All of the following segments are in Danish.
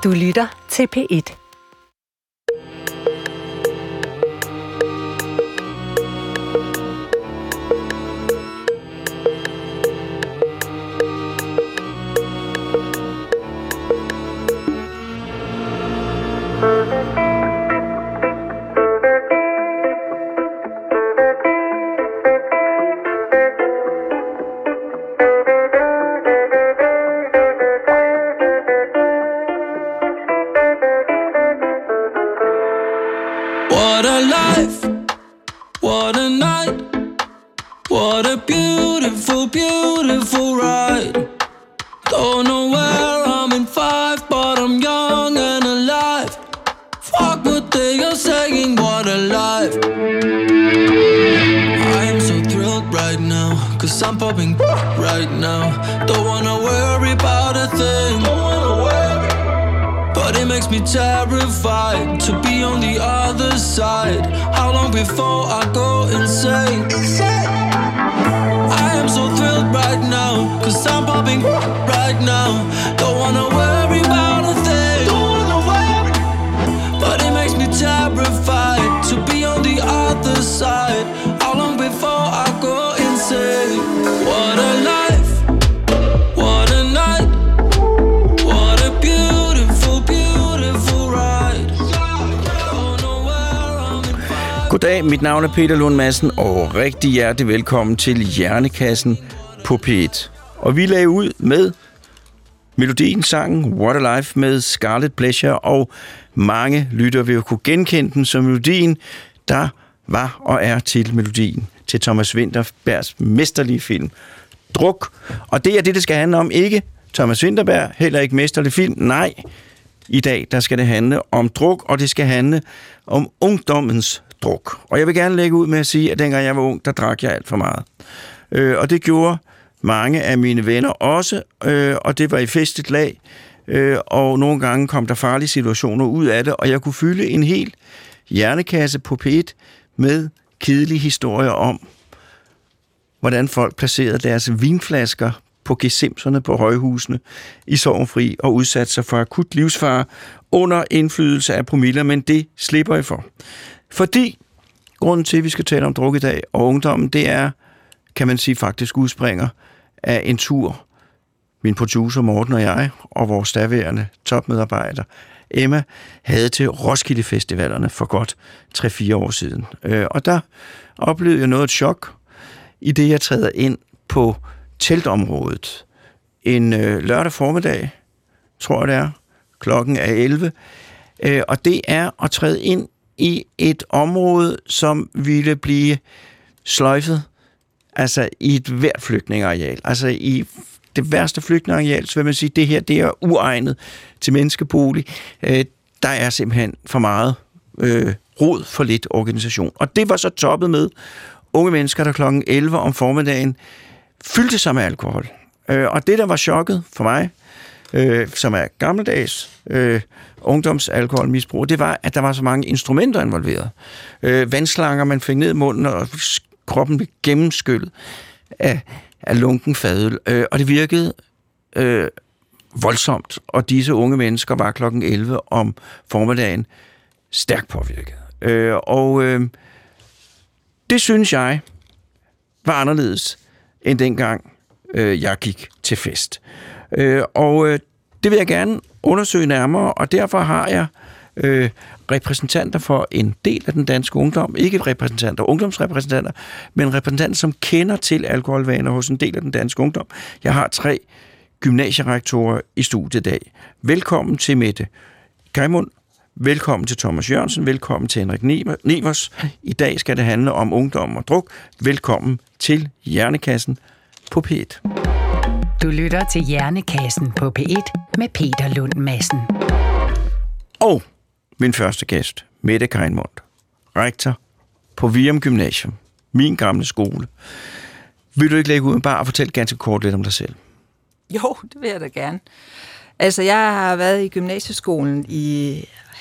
Du lytter til P1. What a life, what a night, what a beautiful, beautiful ride. Don't know where I'm in 5, but I'm young and alive. Fuck what they are saying, what a life. I am so thrilled right now, 'cause I'm popping right now. Don't wanna worry about a thing, but it makes me terrified to be on the other side. How long before I go insane? I am so thrilled right now, 'cause I'm popping right now. Don't wanna worry about a thing, but it makes me terrified to be on the other side. How long before I go insane? What a life, what a night, what a beautiful, beautiful ride. Don't know where I'm in 5. Goddag, mit navn er Peter Lund Madsen, og rigtig hjertelig velkommen til Hjernekassen på P1. Og vi lagde ud med melodien, sangen What a Life med Scarlet Pleasure, og mange lytter vil jo kunne genkende den som melodien, der var og er til melodien til Thomas Vinterbergs mesterlige film Druk. Og det er det skal handle om. Ikke Thomas Vinterberg, heller ikke mesterlig film. Nej, i dag der skal det handle om druk, og det skal handle om ungdommens druk. Og jeg vil gerne lægge ud med at sige, at dengang jeg var ung, der drak jeg alt for meget. Og det gjorde mange af mine venner også, og det var i festligt lag, og nogle gange kom der farlige situationer ud af det, og jeg kunne fylde en hel hjernekasse på P1 med kedelige historier om, hvordan folk placerede deres vinflasker på gesimserne på højhusene i Sorgenfri og udsatte sig for akut livsfare under indflydelse af promiller, men det slipper I for. Fordi grunden til, at vi skal tale om druk i dag og ungdommen, det er, kan man sige, faktisk udspringer af en tur, min producer Morten og jeg, og vores daværende topmedarbejder Emma, havde til Roskilde Festivalerne for godt 3-4 år siden. Og der oplevede jeg noget af et chok, i det jeg træder ind på teltområdet. En lørdag formiddag, tror jeg det er, klokken er 11, og det er at træde ind i et område, som ville blive sløjfet, altså i et hvert flygtningeareal. Altså i det værste flygtningeareal, så vil man sige, at det her det er uegnet til menneskebolig. Der er simpelthen for meget rod, for lidt organisation. Og det var så toppet med unge mennesker, der klokken 11 om formiddagen fyldte sig med alkohol. Og det, der var chokket for mig, som er gammeldags ungdomsalkoholmisbrug, det var, at der var så mange instrumenter involveret. Vandslanger, man fik ned i munden, og kroppen blev gennemskyllet af lunken fadøl. Og det virkede voldsomt, og disse unge mennesker var klokken 11 om formiddagen stærkt påvirket. Det synes jeg var anderledes end dengang jeg gik til fest. Det vil jeg gerne undersøge nærmere, og derfor har jeg repræsentanter for en del af den danske ungdom, ikke repræsentanter, ungdomsrepræsentanter, men repræsentanter, som kender til alkoholvaner hos en del af den danske ungdom. Jeg har 3 gymnasierektorer i studiet i dag. Velkommen til Mette Geimund, velkommen til Thomas Jørgensen, velkommen til Henrik Nevers. I dag skal det handle om ungdom og druk. Velkommen til Hjernekassen på P1. Du lytter til Hjernekassen på P1 med Peter Lund Madsen. Og min første gæst, Mette Geimund, rektor på Virum Gymnasium, min gamle skole. Vil du ikke lægge ud med bare at fortælle ganske kort lidt om dig selv? Jo, det vil jeg da gerne. Altså, jeg har været i gymnasieskolen i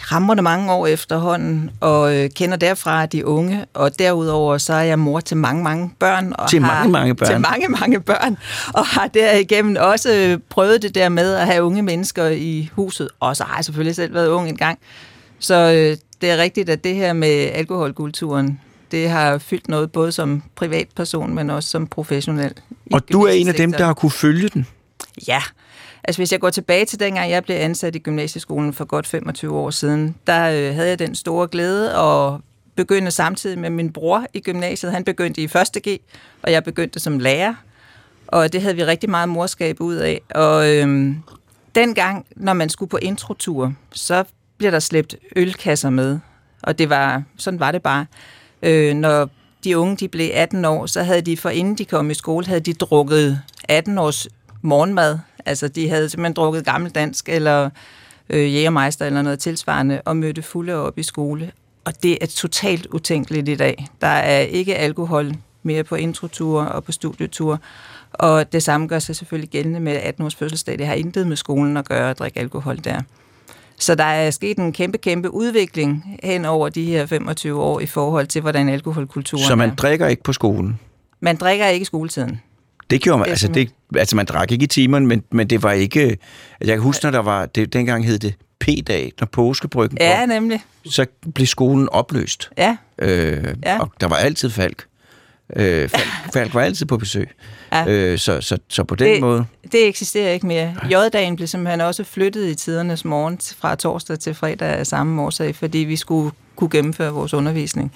hamrende mange år efterhånden, og kender derfra de unge, og derudover så er jeg mor til mange børn. Og til mange børn? Til mange børn, og har derigennem også prøvet det der med at have unge mennesker i huset, og så har jeg selvfølgelig selv været ung engang. Så det er rigtigt, at det her med alkoholkulturen, det har fyldt noget både som privatperson, men også som professionel. Og du er en af dem, der har kunne følge den? Ja. Altså hvis jeg går tilbage til dengang, jeg blev ansat i gymnasieskolen for godt 25 år siden, der havde jeg den store glæde at begynde samtidig med min bror i gymnasiet. Han begyndte i 1. G, og jeg begyndte som lærer, og det havde vi rigtig meget morskab ud af. Og dengang, når man skulle på introtur, så bliver der slæbt ølkasser med, og sådan var det bare. Når de unge de blev 18 år, så havde de, for inden de kom i skole, havde de drukket 18 års morgenmad. Altså, de havde simpelthen drukket gammeldansk eller jægermeister eller noget tilsvarende og mødte fulde op i skole. Og det er totalt utænkeligt i dag. Der er ikke alkohol mere på introture og på studieture. Og det samme gør sig selvfølgelig gældende med 18 års fødselsdag. Det har intet med skolen at gøre at drikke alkohol der. Så der er sket en kæmpe udvikling hen over de her 25 år i forhold til, hvordan alkoholkulturen er. Så man drikker ikke på skolen? Man drikker ikke i skoletiden. Det gjorde man, altså man drak ikke i timerne, men det var ikke, jeg kan huske, når der var, dengang hed det P-dag, når påskebryggen kom. Ja, nemlig. Så blev skolen opløst. Ja. Og der var altid Falk. Falk var altid på besøg. Ja. Så på den måde. Det eksisterer ikke mere. J-dagen blev simpelthen også flyttet i tidernes morgen fra torsdag til fredag af samme årsag, fordi vi skulle kunne gennemføre vores undervisning.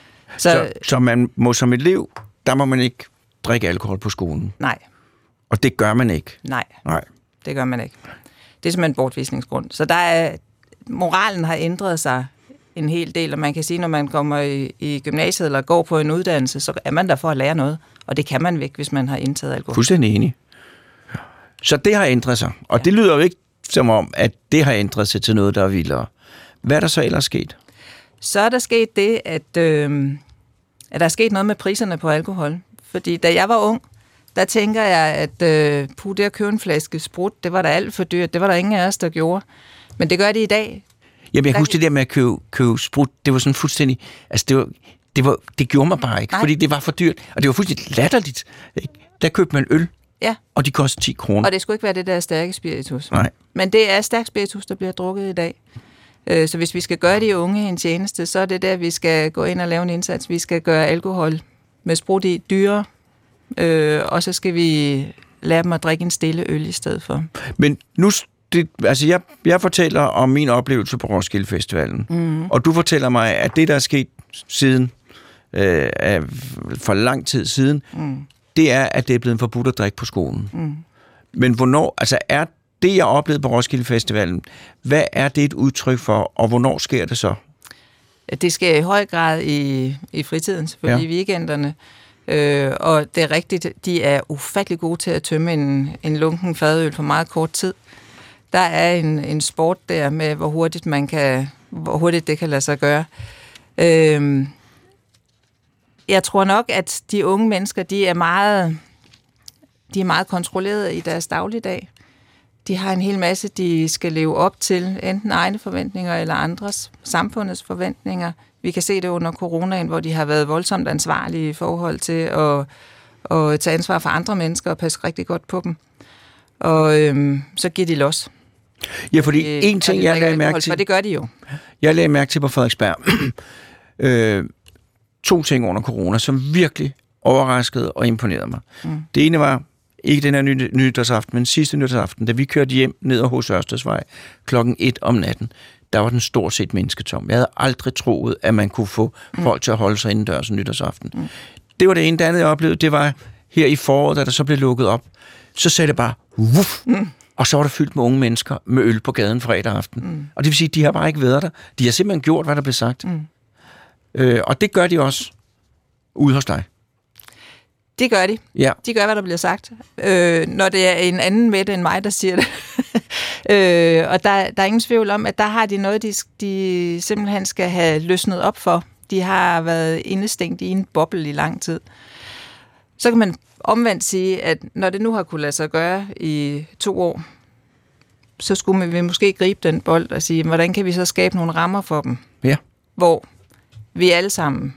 Så man må som elev, der må man ikke drikke alkohol på skolen? Nej. Og det gør man ikke? Nej, det gør man ikke. Det er simpelthen en bortvisningsgrund. Så moralen har ændret sig en hel del, og man kan sige, når man kommer i gymnasiet eller går på en uddannelse, så er man der for at lære noget, og det kan man ikke, hvis man har indtaget alkohol. Fuldstændig enig. Så det har ændret sig, og det lyder jo ikke som om, at det har ændret sig til noget, der er vildere. Hvad er der så ellers sket? Så er der sket det, at der er sket noget med priserne på alkohol. Fordi da jeg var ung, der tænker jeg, at det at købe en flaske sprut, det var da alt for dyrt. Det var der ingen af os, der gjorde. Men det gør de i dag. Jamen, jeg kan huske det der med at købe sprut. Det var sådan fuldstændig... Altså, det gjorde mig bare ikke, fordi det var for dyrt. Og det var fuldstændig latterligt. Der købte man øl, og de kostede 10 kroner. Og det skulle ikke være det der stærke spiritus. Nej. Men det er stærk spiritus, der bliver drukket i dag. Så hvis vi skal gøre de unge en tjeneste, så er det der, vi skal gå ind og lave en indsats. Vi skal gøre alkohol med sprut i dyrere, og så skal vi lære dem at drikke en stille øl i stedet for. Men nu... jeg fortæller om min oplevelse på Roskilde Festivalen, og du fortæller mig, at det, der er sket siden, for lang tid siden, det er, at det er blevet forbudt at drikke på skolen. Men hvornår, altså er det, jeg oplevede på Roskilde Festivalen, hvad er det et udtryk for, og hvornår sker det så? Det sker i høj grad i fritiden, selvfølgelig i weekenderne. Og det er rigtigt, de er ufattelig gode til at tømme en lunken fadøl på meget kort tid. Der er en sport der med, hvor hurtigt det kan lade sig gøre. Jeg tror nok, at de unge mennesker, de er meget kontrolleret i deres dagligdag. De har en hel masse, de skal leve op til, enten egne forventninger eller andres, samfundets forventninger. Vi kan se det under coronaen, hvor de har været voldsomt ansvarlige i forhold til at tage ansvar for andre mennesker og passe rigtig godt på dem. Og så giver de los. Ja, fordi en ting, jeg lagde mærke til... For det gør de jo. Jeg lagde mærke til på Frederiksberg 2 ting under corona, som virkelig overraskede og imponerede mig. Det ene var, ikke den her nytårsaften, men sidste nytårsaften, da vi kørte hjem ned ad H. Ørstedsvej 1:00 om natten, der var den stort set mennesketom. Jeg havde aldrig troet, at man kunne få folk til at holde sig indendørs nytårsaften. Det var det ene. Det andet, jeg oplevede, det var her i foråret, da der så blev lukket op. Så sagde det bare, wuff, og så var der fyldt med unge mennesker med øl på gaden fredag aften. Og det vil sige, at de har bare ikke været der. De har simpelthen gjort, hvad der blev sagt. Og det gør de også ude hos dig. Det gør de. Ja. De gør, hvad der bliver sagt. Når det er en anden Mette end mig, der siger det. Og der er ingen tvivl om, at der har de noget, de simpelthen skal have løsnet op for. De har været indestængt i en boble i lang tid. Så kan man omvendt sige, at når det nu har kunne lade sig gøre i 2 år, så skulle vi måske gribe den bold og sige, hvordan kan vi så skabe nogle rammer for dem? Ja. Hvor vi alle sammen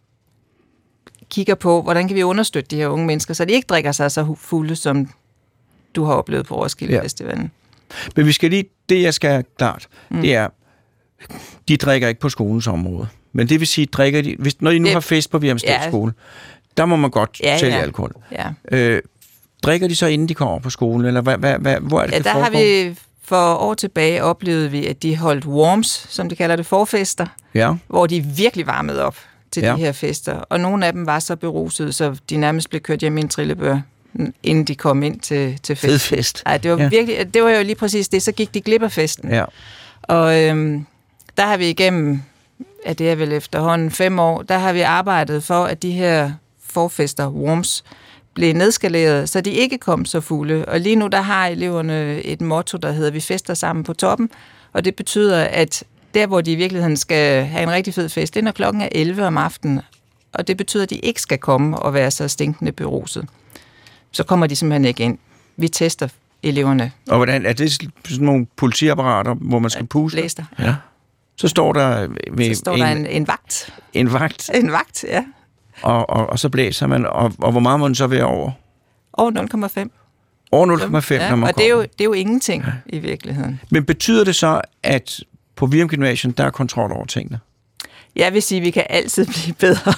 kigger på, hvordan kan vi understøtte de her unge mennesker, så de ikke drikker sig så fulde, som du har oplevet på Roskilde Festivalen. Men vi skal lige, det jeg skal klart, det er, de drikker ikke på skolens område. Men det vil sige, drikker de, når I nu har fest på Virmsted skole, der må man godt sælge alkohol. Ja. Drikker de så, inden de kommer på skolen, eller hvor er det, det der foregår? Har vi for år tilbage oplevede vi, at de holdt warms, som de kalder det, forfester, hvor de virkelig varmede op til de her fester. Og nogle af dem var så berusede, så de nærmest blev kørt hjem i en trillebør, inden de kom ind til fest. Fed fest. Ej, det var virkelig, det var jo lige præcis det, så gik de glip af festen. Ja. Og der har vi igennem, det er vel efterhånden 5 år, der har vi arbejdet for, at de her forfester, warms, blev nedskaleret, så de ikke kom så fulde. Og lige nu, der har eleverne et motto, der hedder, vi fester sammen på toppen, og det betyder, at der, hvor de i virkeligheden skal have en rigtig fed fest, det er, når klokken er 11 om aftenen, og det betyder, at de ikke skal komme og være så stinkende beruset. Så kommer de simpelthen ikke ind. Vi tester eleverne. Og hvordan er det sådan nogle politiapparater, hvor man skal puste? Blæster. Ja. Så står der en vagt. En vagt? En vagt, ja. Og så blæser man, og hvor meget må den så være over? Over 0,5. Over 0,5, når man og det er jo ingenting i virkeligheden. Men betyder det så, at på Virum Gymnasium, der er kontrol over tingene? Jeg vil sige, at vi kan altid blive bedre.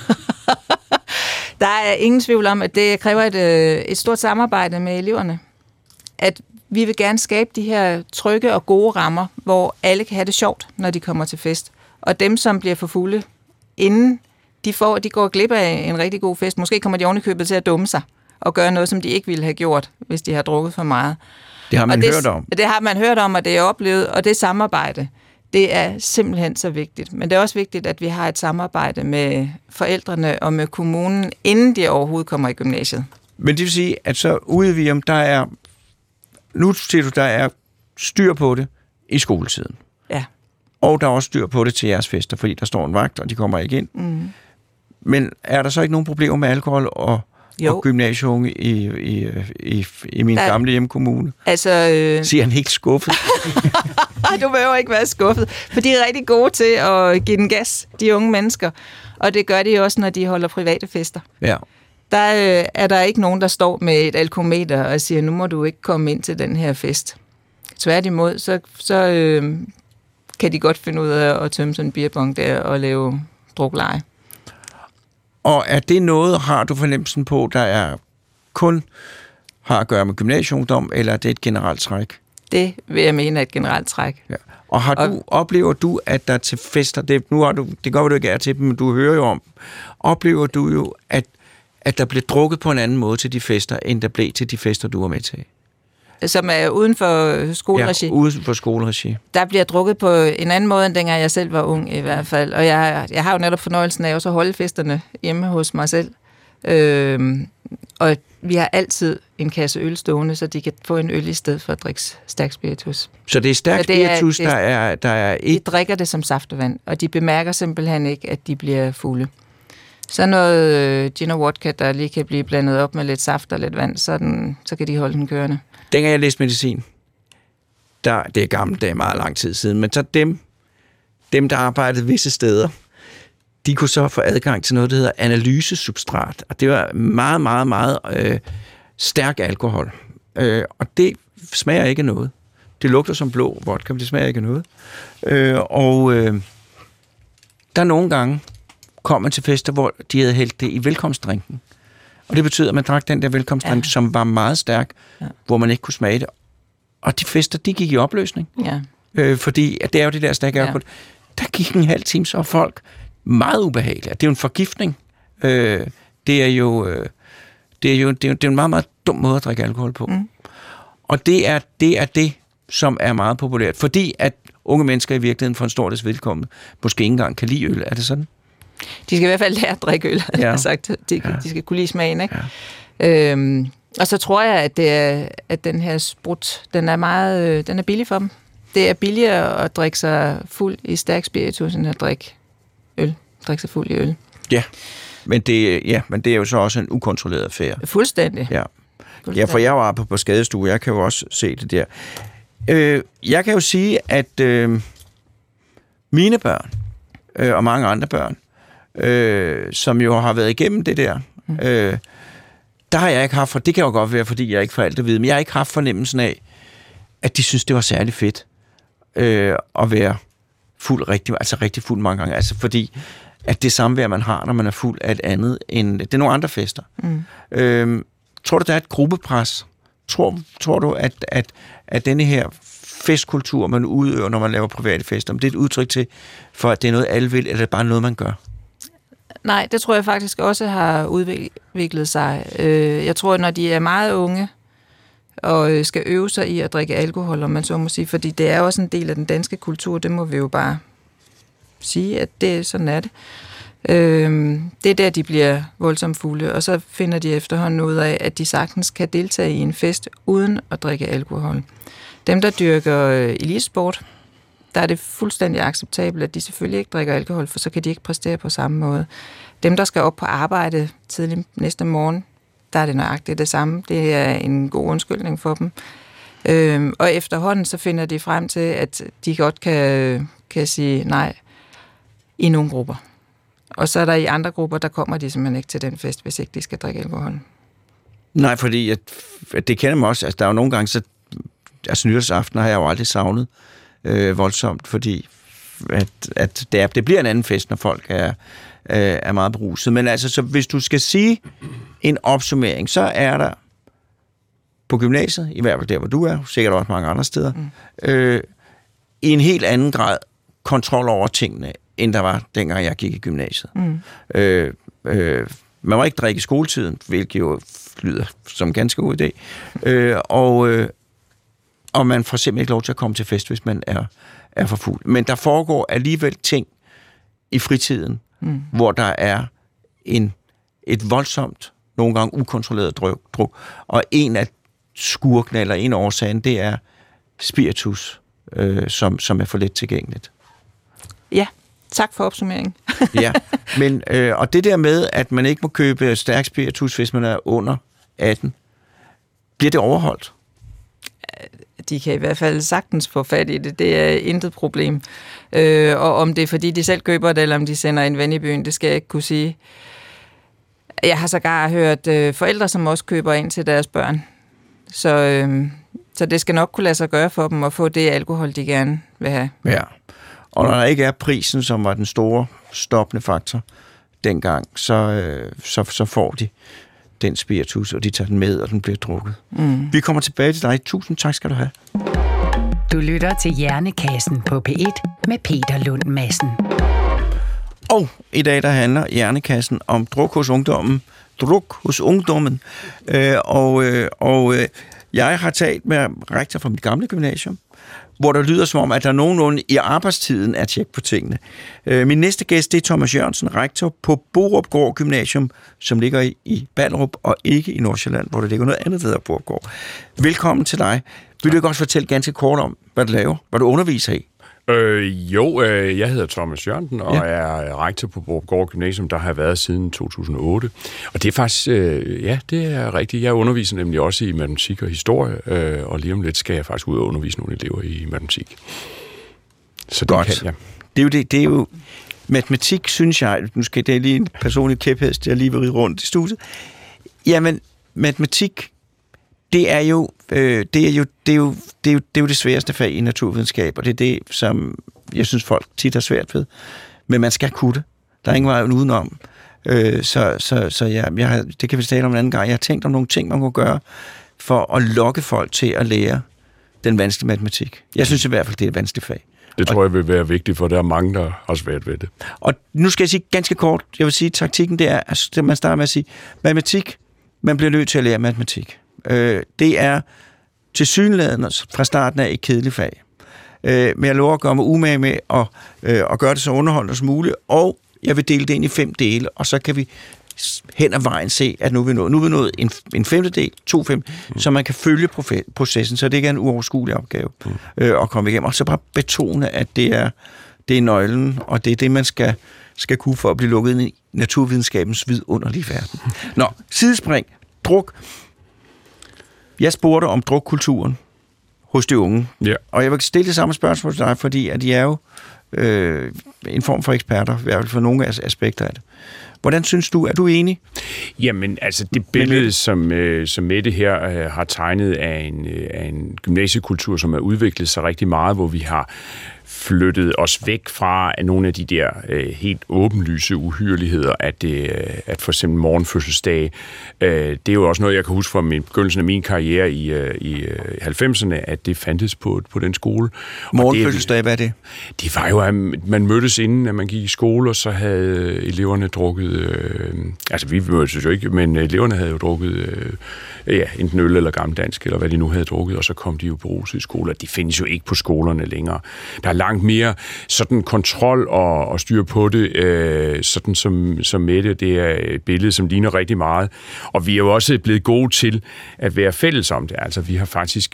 Der er ingen tvivl om, at det kræver et stort samarbejde med eleverne. At vi vil gerne skabe de her trygge og gode rammer, hvor alle kan have det sjovt, når de kommer til fest. Og dem, som bliver for fulde, inden de går glip af en rigtig god fest, måske kommer de oven i købet til at dumme sig og gøre noget, som de ikke ville have gjort, hvis de har drukket for meget. Det har man hørt om. Det har man hørt om, og det er oplevet, og det samarbejde, det er simpelthen så vigtigt. Men det er også vigtigt, at vi har et samarbejde med forældrene og med kommunen, inden de overhovedet kommer i gymnasiet. Men det vil sige, at så ude i Virum, nu siger du, der er styr på det i skoletiden. Ja. Og der er også styr på det til jeres fester, fordi der står en vagt, og de kommer ikke ind. Mm. Men er der så ikke nogen problemer med alkohol og gymnasieunge i min gamle hjemkommune? Altså, siger han helt skuffet. Du behøver ikke være skuffet, for de er rigtig gode til at give den gas, de unge mennesker. Og det gør de også, når de holder private fester. Ja. Der er der ikke nogen, der står med et alkometer og siger, nu må du ikke komme ind til den her fest. Tværtimod, så kan de godt finde ud af at tømme sådan en beerbong der og lave drukleje. Og er det noget, har du fornemmelsen på, der er kun har at gøre med gymnasieungdom, eller er det et generelt træk? Det vil jeg mene er et generelt træk. Ja. Og oplever du, at der til fester, det går jo, du ikke er til dem, men du hører jo om, oplever du jo, at der blev drukket på en anden måde til de fester, end der blev til de fester, du var med til? Som er uden for skoleregi? Ja, uden for skoleregi. Der bliver drukket på en anden måde, end dengang jeg selv var ung i hvert fald. Og jeg har jo netop fornøjelsen af også at holde festerne hjemme hos mig selv. Og vi har altid en kasse øl stående, så de kan få en øl i stedet for at drikke stærk spiritus. Så det er stærk spiritus, der er ikke... De drikker det som saftevand, og de bemærker simpelthen ikke, at de bliver fulde. Så noget gin og vodka, der lige kan blive blandet op med lidt saft og lidt vand, så kan de holde den kørende. Dengang jeg læste medicin, det er gammelt, det er meget lang tid siden, men så dem der arbejdede visse steder, de kunne så få adgang til noget, der hedder analysesubstrat, og det var meget, meget, meget stærk alkohol. Og det smager ikke noget. Det lugter som blå vodka, men det smager ikke noget. Der nogle gange kom man til fester, hvor de havde hældt det i velkomstdrinken. Og det betyder, at man drak den der velkomstdrink, som var meget stærk, hvor man ikke kunne smage det. Og de fester, de gik i opløsning. Ja. Fordi at det er jo det der stærke alkohol. Der gik en halv time, så folk meget ubehageligt. Det er jo en forgiftning. Det er jo en meget, meget dum måde at drikke alkohol på. Mm. Og det er det, som er meget populært. Fordi at unge mennesker i virkeligheden for en stor des vedkommende måske ikke engang kan lide øl. Er det sådan? De skal i hvert fald lære at drikke øl, har jeg sagt. De skal kunne lide smagen, ikke? Ja. Og så tror jeg, at den her sprut, den er billig for dem. Det er billigere at drikke sig fuld i stærk spiritus, end at drikke sig fuld i øl. Ja, men det er jo så også en ukontrolleret affære. Fuldstændig. Ja, for jeg var på skadestue, jeg kan jo også se det der. Jeg kan jo sige, at mine børn og mange andre børn, som jo har været igennem det der, der har jeg ikke haft, for det kan jo godt være, fordi jeg ikke får alt det vide, men jeg har ikke haft fornemmelsen af, at de synes, det var særlig fedt at være fuld rigtig fuld mange gange. Altså fordi, at det samvær, man har, når man er fuld, er et andet end... Det er nogle andre fester. Tror du, der er et gruppepres? Tror du, at denne her festkultur, man udøver, når man laver private fester, om det er et udtryk til, for at det er noget, alle vil, eller er det bare noget, man gør? Nej, det tror jeg faktisk også har udviklet sig. Jeg tror, når de er meget unge, og skal øve sig i at drikke alkohol, om man så må sige, fordi det er også en del af den danske kultur, det må vi jo bare sige, at det sådan er det. Det er der, de bliver voldsomt fulde, og så finder de efterhånden ud af, at de sagtens kan deltage i en fest uden at drikke alkohol. Dem, der dyrker elitesport, der er det fuldstændig acceptabelt, at de selvfølgelig ikke drikker alkohol, for så kan de ikke præstere på samme måde. Dem, der skal op på arbejde tidligt næste morgen, der er det nøjagtigt det samme. Det er en god undskyldning for dem. Og efterhånden så finder de frem til, at de godt kan sige nej i nogle grupper. Og så er der i andre grupper, der kommer de simpelthen ikke til den fest, hvis ikke de skal drikke alkohol. Nej, fordi at det kender mig også. Altså, der er jo nogle gange, altså nytårsaften har jeg jo aldrig savnet voldsomt, fordi at det bliver en anden fest, når folk er meget beruset. Men altså, så hvis du skal sige en opsummering, så er der på gymnasiet, i hvert fald der, hvor du er, sikkert også mange andre steder, i en helt anden grad kontrol over tingene, end der var, dengang jeg gik i gymnasiet. Man må ikke drikke i skoletiden, hvilket jo lyder som en ganske god idé. Og man får simpelthen ikke lov til at komme til fest, hvis man er for fuld. Men der foregår alligevel ting i fritiden, hvor der er et voldsomt, nogle gange ukontrolleret druk. Og en af skurkene, eller en af årsagen, det er spiritus, som er for let tilgængeligt. Ja, tak for opsummeringen. Ja, men og det der med, at man ikke må købe stærk spiritus, hvis man er under 18, bliver det overholdt? De kan i hvert fald sagtens få fat i det. Det er intet problem. Og om det er, fordi de selv køber det, eller om de sender en ven i byen, det skal jeg ikke kunne sige. Jeg har sågar hørt forældre, som også køber ind til deres børn. Så det skal nok kunne lade sig gøre for dem at få det alkohol, de gerne vil have. Ja, og når der ikke er prisen, som var den store stoppende faktor dengang, så får de den spiritus, og de tager den med, og den bliver drukket. Vi kommer tilbage til dig. Tusind tak skal du have. Du lytter til Hjernekassen på P1 med Peter Lund Madsen. Og i dag, der handler Hjernekassen om druk hos ungdommen. Jeg har talt med rektor fra mit gamle gymnasium, hvor der lyder som om, at der er nogenlunde i arbejdstiden er tjek på tingene. Min næste gæst, det er Thomas Jørgensen, rektor på Borupgård Gymnasium, som ligger i Ballerup og ikke i Nordsjælland, hvor der ligger noget andet, der hedder Borupgård. Velkommen til dig. Vil du ikke også fortælle ganske kort om, hvad du laver, hvad du underviser i? Jeg hedder Thomas Jørgensen og er rektor på Borupgård Gymnasium, der har været siden 2008. Og det er faktisk, det er rigtigt. Jeg underviser nemlig også i matematik og historie, og lige om lidt skal jeg faktisk ud og undervise nogle elever i matematik. Så det kan jeg. Det er jo matematik, synes jeg, nu skal det lige en personlig kæphest, jeg lige vil ride rundt i studiet. Jamen, matematik, det er jo det sværeste fag i naturvidenskab, og det er det, som jeg synes, folk tit har svært ved. Men man skal kunne det. Der er ingen vej udenom. Det kan vi tale om en anden gang. Jeg har tænkt om nogle ting, man kunne gøre for at lokke folk til at lære den vanskelige matematik. Jeg synes i hvert fald, det er et vanskeligt fag. Det tror jeg vil være vigtigt, for der er mange, der har svært ved det. Og nu skal jeg sige ganske kort, jeg vil sige, taktikken det er, at man starter med at sige, matematik, man bliver nødt til at lære matematik. Det er tilsyneladende fra starten af et kedeligt fag. Men jeg lover at gøre mig umage med at gøre det så underholdende som muligt, og jeg vil dele det ind i 5 dele, og så kan vi hen ad vejen se, at nu er vi nået en 5. del, 2 5, så man kan følge processen, så det ikke er en uoverskuelig opgave at komme igennem. Og så bare betone, at det er nøglen, og det er det, man skal kunne for at blive lukket ind i naturvidenskabens vidunderlige verden. Sidespring, druk. Jeg spurgte om drukkulturen hos de unge. Ja. Og jeg vil stille det samme spørgsmål til dig, fordi at de er jo en form for eksperter, i hvert fald for nogle aspekter af det. Hvordan synes du, er du enig? Jamen, altså det billede, som Mette her har tegnet af en gymnasiekultur, som har udviklet sig rigtig meget, hvor vi har flyttet os væk fra nogle af de der helt åbenlyse uhyreligheder, at for eksempel morgenfødselsdag, det er jo også noget, jeg kan huske fra begyndelsen af min karriere i 90'erne, at det fandtes på den skole. Morgenfødselsdag, hvad er det? Det var jo, at man mødtes inden, at man gik i skole, og så havde eleverne drukket, altså vi mødtes jo ikke, men eleverne havde jo drukket enten øl eller gammeldansk, eller hvad de nu havde drukket, og så kom de jo beruset i skole, og de findes jo ikke på skolerne længere. Der er langt mere sådan kontrol og styr på det, sådan som Mette, det er et billede, som ligner rigtig meget. Og vi er jo også blevet gode til at være fælles om det. Altså vi har faktisk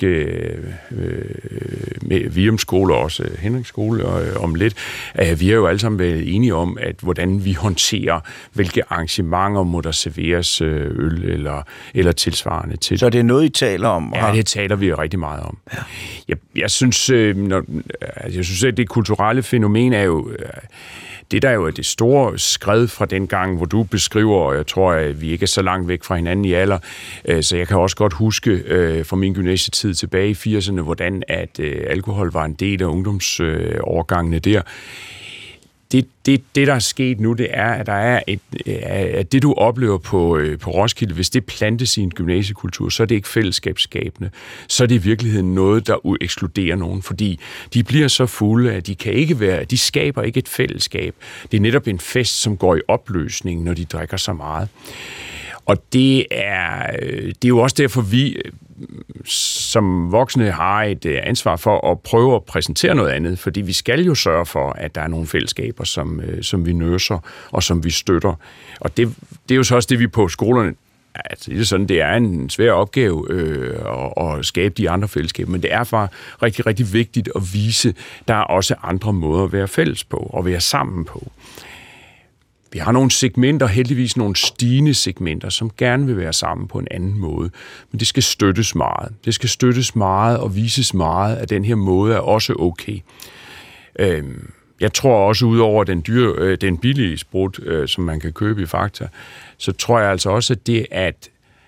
med Vium skole og også Henrik skole om lidt, vi har jo alle sammen været enige om, at hvordan vi håndterer, hvilke arrangementer må der serveres øl eller tilsvarende til. Så det er noget, I taler om? Ja, det taler vi rigtig meget om. Ja. Jeg synes, at det kulturelle fænomen er jo det, der jo er det store skred fra den gang, hvor du beskriver, og jeg tror, at vi ikke er så langt væk fra hinanden i alder, så jeg kan også godt huske fra min gymnasietid tilbage i 80'erne, hvordan at alkohol var en del af ungdomsårgangene der. Det, der er sket nu, det er, at der er at det, du oplever på Roskilde, hvis det plantes i en gymnasiekultur, så er det ikke fællesskabsskabende. Så er det i virkeligheden noget, der ekskluderer nogen, fordi de bliver så fulde, at de skaber ikke et fællesskab. Det er netop en fest, som går i opløsning, når de drikker så meget. Og det er jo også derfor, vi som voksne har et ansvar for at prøve at præsentere noget andet, fordi vi skal jo sørge for, at der er nogle fællesskaber, som vi nurser og som vi støtter. Og det er jo så også det, vi på skolerne, altså det er sådan, det er en svær opgave at skabe de andre fællesskaber, men det er bare rigtig, rigtig vigtigt at vise, at der er også andre måder at være fælles på og være sammen på. Vi har nogle segmenter, heldigvis nogle stigende segmenter, som gerne vil være sammen på en anden måde. Men det skal støttes meget. Det skal støttes meget og vises meget, at den her måde er også okay. Jeg tror også, udover den billige sprut, som man kan købe i Fakta, så tror jeg altså også, at det, at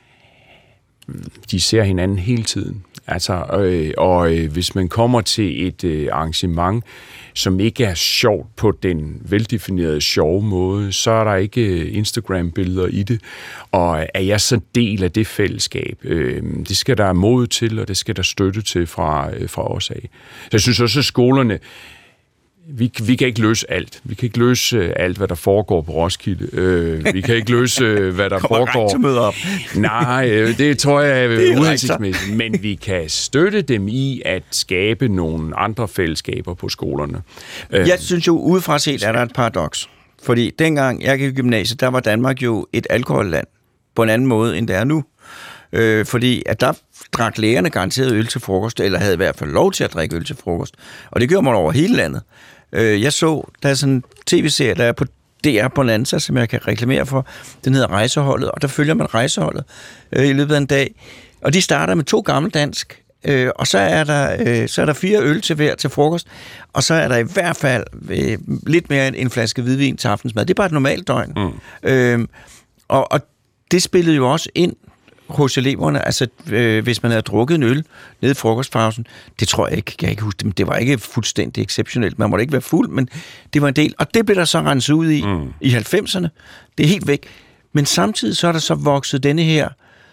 de ser hinanden hele tiden. Altså, hvis man kommer til et arrangement, som ikke er sjovt på den veldefinerede sjove måde, så er der ikke Instagram-billeder i det. Og er jeg så del af det fællesskab? Det skal der mod til, og det skal der støtte til fra os af. Så jeg synes også, at skolerne, vi kan ikke løse alt. Vi kan ikke løse alt, hvad der foregår på Roskilde. Vi kan ikke løse, hvad der foregår. Op. Nej, det tror jeg er uhensigtsmæssigt. Men vi kan støtte dem i at skabe nogle andre fællesskaber på skolerne. Jeg synes jo, udefra set er der et paradoks. Fordi dengang jeg gik i gymnasiet, der var Danmark jo et alkoholland på en anden måde, end det er nu. Fordi at der drak lærerne garanteret øl til frokost, eller havde i hvert fald lov til at drikke øl til frokost. Og det gjorde man over hele landet. Jeg så, der er sådan en tv-serie, der er på DR Bonanza, som jeg kan reklamere for. Den hedder Rejseholdet, og der følger man Rejseholdet i løbet af en dag. Og de starter med 2 gammeldansk, og så er der 4 øl til hver til frokost, og så er der i hvert fald lidt mere end en flaske hvidvin til aftensmad. Det er bare et normalt døgn. Og det spillede jo også ind hos eleverne, altså hvis man havde drukket en øl nede i frokostpausen, det tror jeg ikke, kan jeg ikke huske det, men det var ikke fuldstændig exceptionelt. Man måtte ikke være fuld, men det var en del, og det blev der så renset ud i 90'erne. Det er helt væk. Men samtidig så er der så vokset denne her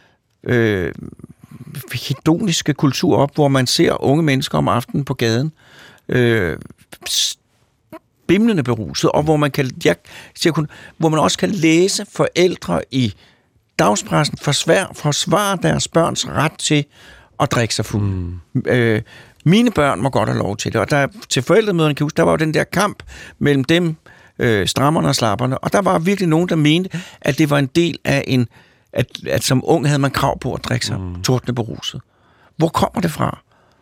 hedoniske kultur op, hvor man ser unge mennesker om aftenen på gaden, bimlende beruset, og hvor man hvor man også kan læse forældre i dagspressen forsvarer deres børns ret til at drikke sig fuld. Mine børn må godt have lov til det, og der, til forældremøderne, kan jeg huske, der var jo den der kamp mellem dem, strammerne og slapperne, og der var virkelig nogen, der mente, at det var en del af at som ung havde man krav på at drikke sig tordne beruset. Hvor kommer det fra?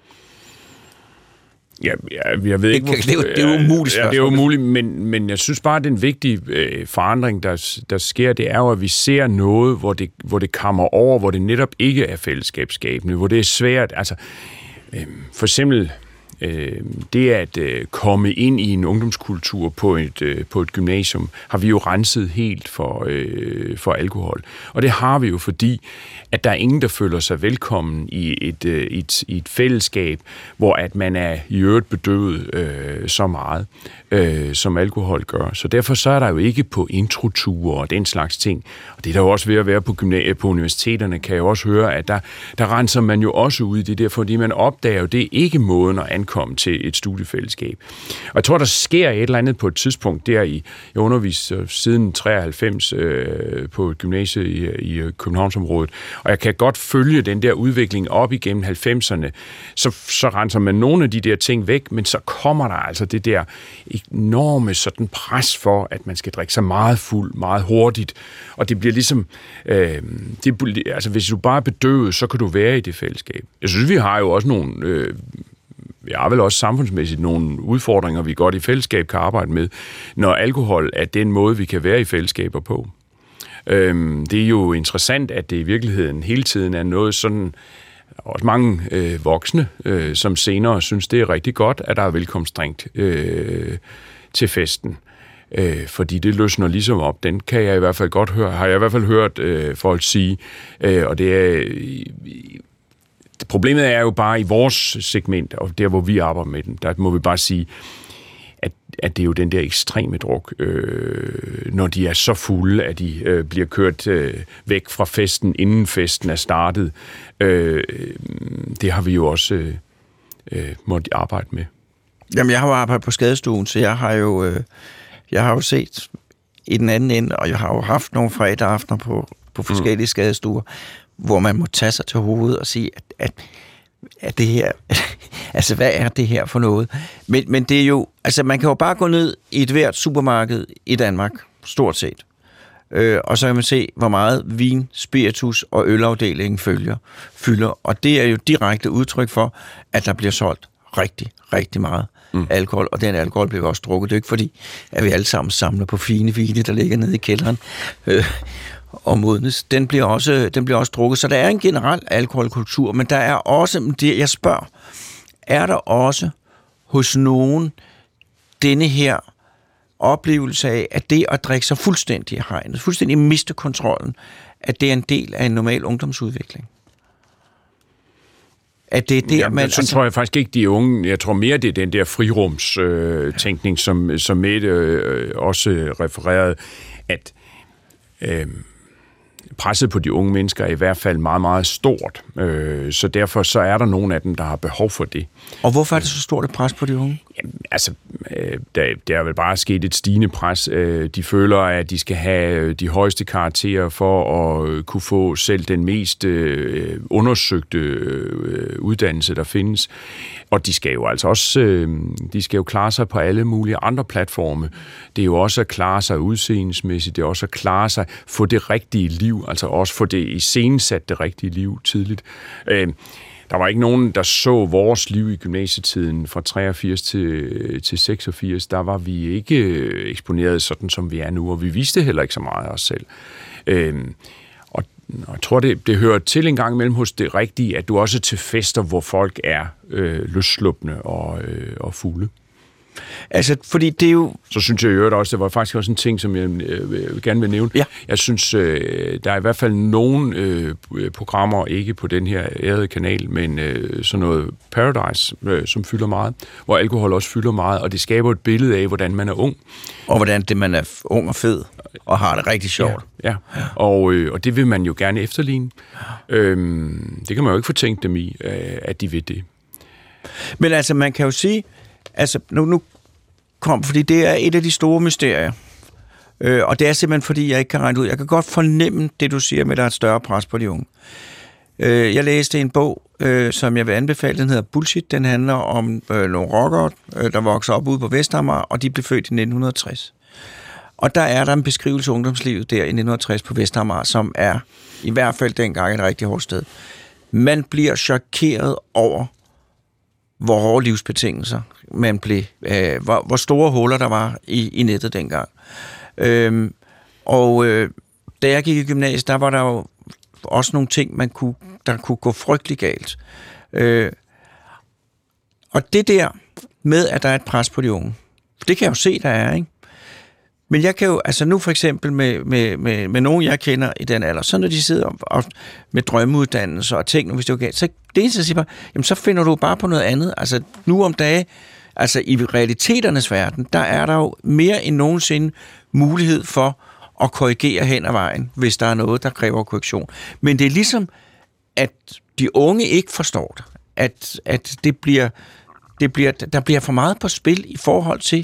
Ja, jeg ved ikke, det er jo umuligt. Ja, det er umuligt, men jeg synes bare, at den vigtige forandring, der sker, det er jo, at vi ser noget, hvor det kammer over, hvor det netop ikke er fællesskabsskabende, hvor det er svært. Altså, For eksempel det at komme ind i en ungdomskultur på et gymnasium, har vi jo renset helt for alkohol. Og det har vi jo, fordi at der er ingen, der føler sig velkommen i et fællesskab, hvor at man er i øvrigt bedøvet så meget, som alkohol gør. Så derfor så er der jo ikke på introture og den slags ting. Og det er der jo også ved at være på universiteterne, kan jeg også høre, at der renser man jo også ud i det der, fordi man opdager jo, det er ikke måden at ankomme til et studiefællesskab. Og jeg tror, der sker et eller andet på et tidspunkt der jeg underviser siden 93 på et gymnasie i Københavnsområdet, og jeg kan godt følge den der udvikling op igennem 90'erne. Så renser man nogle af de der ting væk, men så kommer der altså det der enorme sådan pres for, at man skal drikke sig meget fuld, meget hurtigt, og det bliver ligesom altså hvis du bare er bedøvet, så kan du være i det fællesskab. Jeg synes, vi har jo også nogle vi har vel også samfundsmæssigt nogle udfordringer, vi godt i fællesskab kan arbejde med, når alkohol er den måde, vi kan være i fællesskaber på. Det er jo interessant, at det i virkeligheden hele tiden er noget sådan, også mange voksne, som senere synes, det er rigtig godt, at der er velkomstdrink til festen. Fordi det løsner ligesom op. Den kan jeg i hvert fald godt høre, har jeg i hvert fald hørt folk sige, og det er problemet er jo bare i vores segment, og der hvor vi arbejder med den, der må vi bare sige, at det er jo den der ekstreme druk, når de er så fulde, at de bliver kørt væk fra festen, inden festen er startet. Det har vi jo også måttet arbejde med. Jamen, jeg har jo arbejdet på skadestuen, så jeg har jo set i den anden ende, og jeg har jo haft nogle fredag aftener på forskellige skadestuer, hvor man må tage sig til hovedet og sige, at det her, altså hvad er det her for noget? Men det er jo, altså man kan jo bare gå ned i et hvert supermarked i Danmark, stort set, og så kan man se, hvor meget vin, spiritus og ølafdelingen fylder, og det er jo direkte udtryk for, at der bliver solgt rigtig, rigtig meget alkohol, og den alkohol bliver også drukket. Det er ikke fordi, at vi alle sammen samler på fine vine, der ligger nede i kælderen, og modnes. Den bliver også drukket. Så der er en generel alkoholkultur, men der er også, jeg spørger, er der også hos nogen denne her oplevelse af, at det at drikke sig fuldstændig i hegnet, fuldstændig miste kontrollen, at det er en del af en normal ungdomsudvikling? At det er der, man... Så tror jeg faktisk ikke, de unge... Jeg tror mere, det er den der frirumstænkning, som Mette også refererede, at presset på de unge mennesker er i hvert fald meget, meget stort. Så derfor så er der nogle af dem, der har behov for det. Og hvorfor er det så stort et pres på de unge? Jamen, altså, der er vel bare sket et stigende pres. De føler, at de skal have de højeste karakterer for at kunne få selv den mest undersøgte uddannelse, der findes. Og de skal jo altså også de skal jo klare sig på alle mulige andre platforme. Det er jo også at klare sig udseendemæssigt, det er også at klare sig, få det rigtige liv, altså også få det iscenesat det rigtige liv tidligt. Der var ikke nogen, der så vores liv i gymnasietiden fra 83 til 86. Der var vi ikke eksponeret sådan, som vi er nu, og vi vidste heller ikke så meget af os selv. Og jeg tror, det hører til en gang imellem hos det rigtige, at du også er til fester, hvor folk er løsslupne og fulde. Altså, fordi det er jo... Så synes jeg jo også, det var faktisk også en ting, som jeg gerne vil nævne. Ja. Jeg synes, der er i hvert fald nogle programmer, ikke på den her ærede kanal, men sådan noget Paradise, som fylder meget, hvor alkohol også fylder meget, og det skaber et billede af, hvordan man er ung. Og hvordan det, man er ung og fed, og har det rigtig sjovt. Ja. Og det vil man jo gerne efterligne. Det kan man jo ikke fortænke dem i, at de ved det. Men altså, man kan jo sige... Altså, nu kom, fordi det er et af de store mysterier. Og det er simpelthen, fordi jeg ikke kan regne ud. Jeg kan godt fornemme det, du siger med, at der er et større pres på de unge. Jeg læste en bog, som jeg vil anbefale. Den hedder Bullshit. Den handler om nogle rockere, der vokser op ude på Vestamager, og de blev født i 1960. Og der er der en beskrivelse af ungdomslivet der i 1960 på Vestamager, som er i hvert fald dengang et rigtig hårdt sted. Man bliver chokeret over, hvor hårde livsbetingelser man blev, hvor store huller der var i nettet dengang. Da jeg gik i gymnasiet, der var der jo også nogle ting, der kunne gå frygtelig galt. Og det der med, at der er et pres på de unge, det kan jeg jo se, der er, ikke? Men jeg kan jo, altså nu for eksempel med nogen, jeg kender i den alder, så når de sidder og med drømmeuddannelser og ting, hvis det er okay, så det eneste, jeg siger bare, jamen så finder du bare på noget andet. Altså nu om dagen, altså i realiteternes verden, der er der jo mere end nogensinde mulighed for at korrigere hen ad vejen, hvis der er noget, der kræver korrektion. Men det er ligesom, at de unge ikke forstår det. At der bliver for meget på spil i forhold til,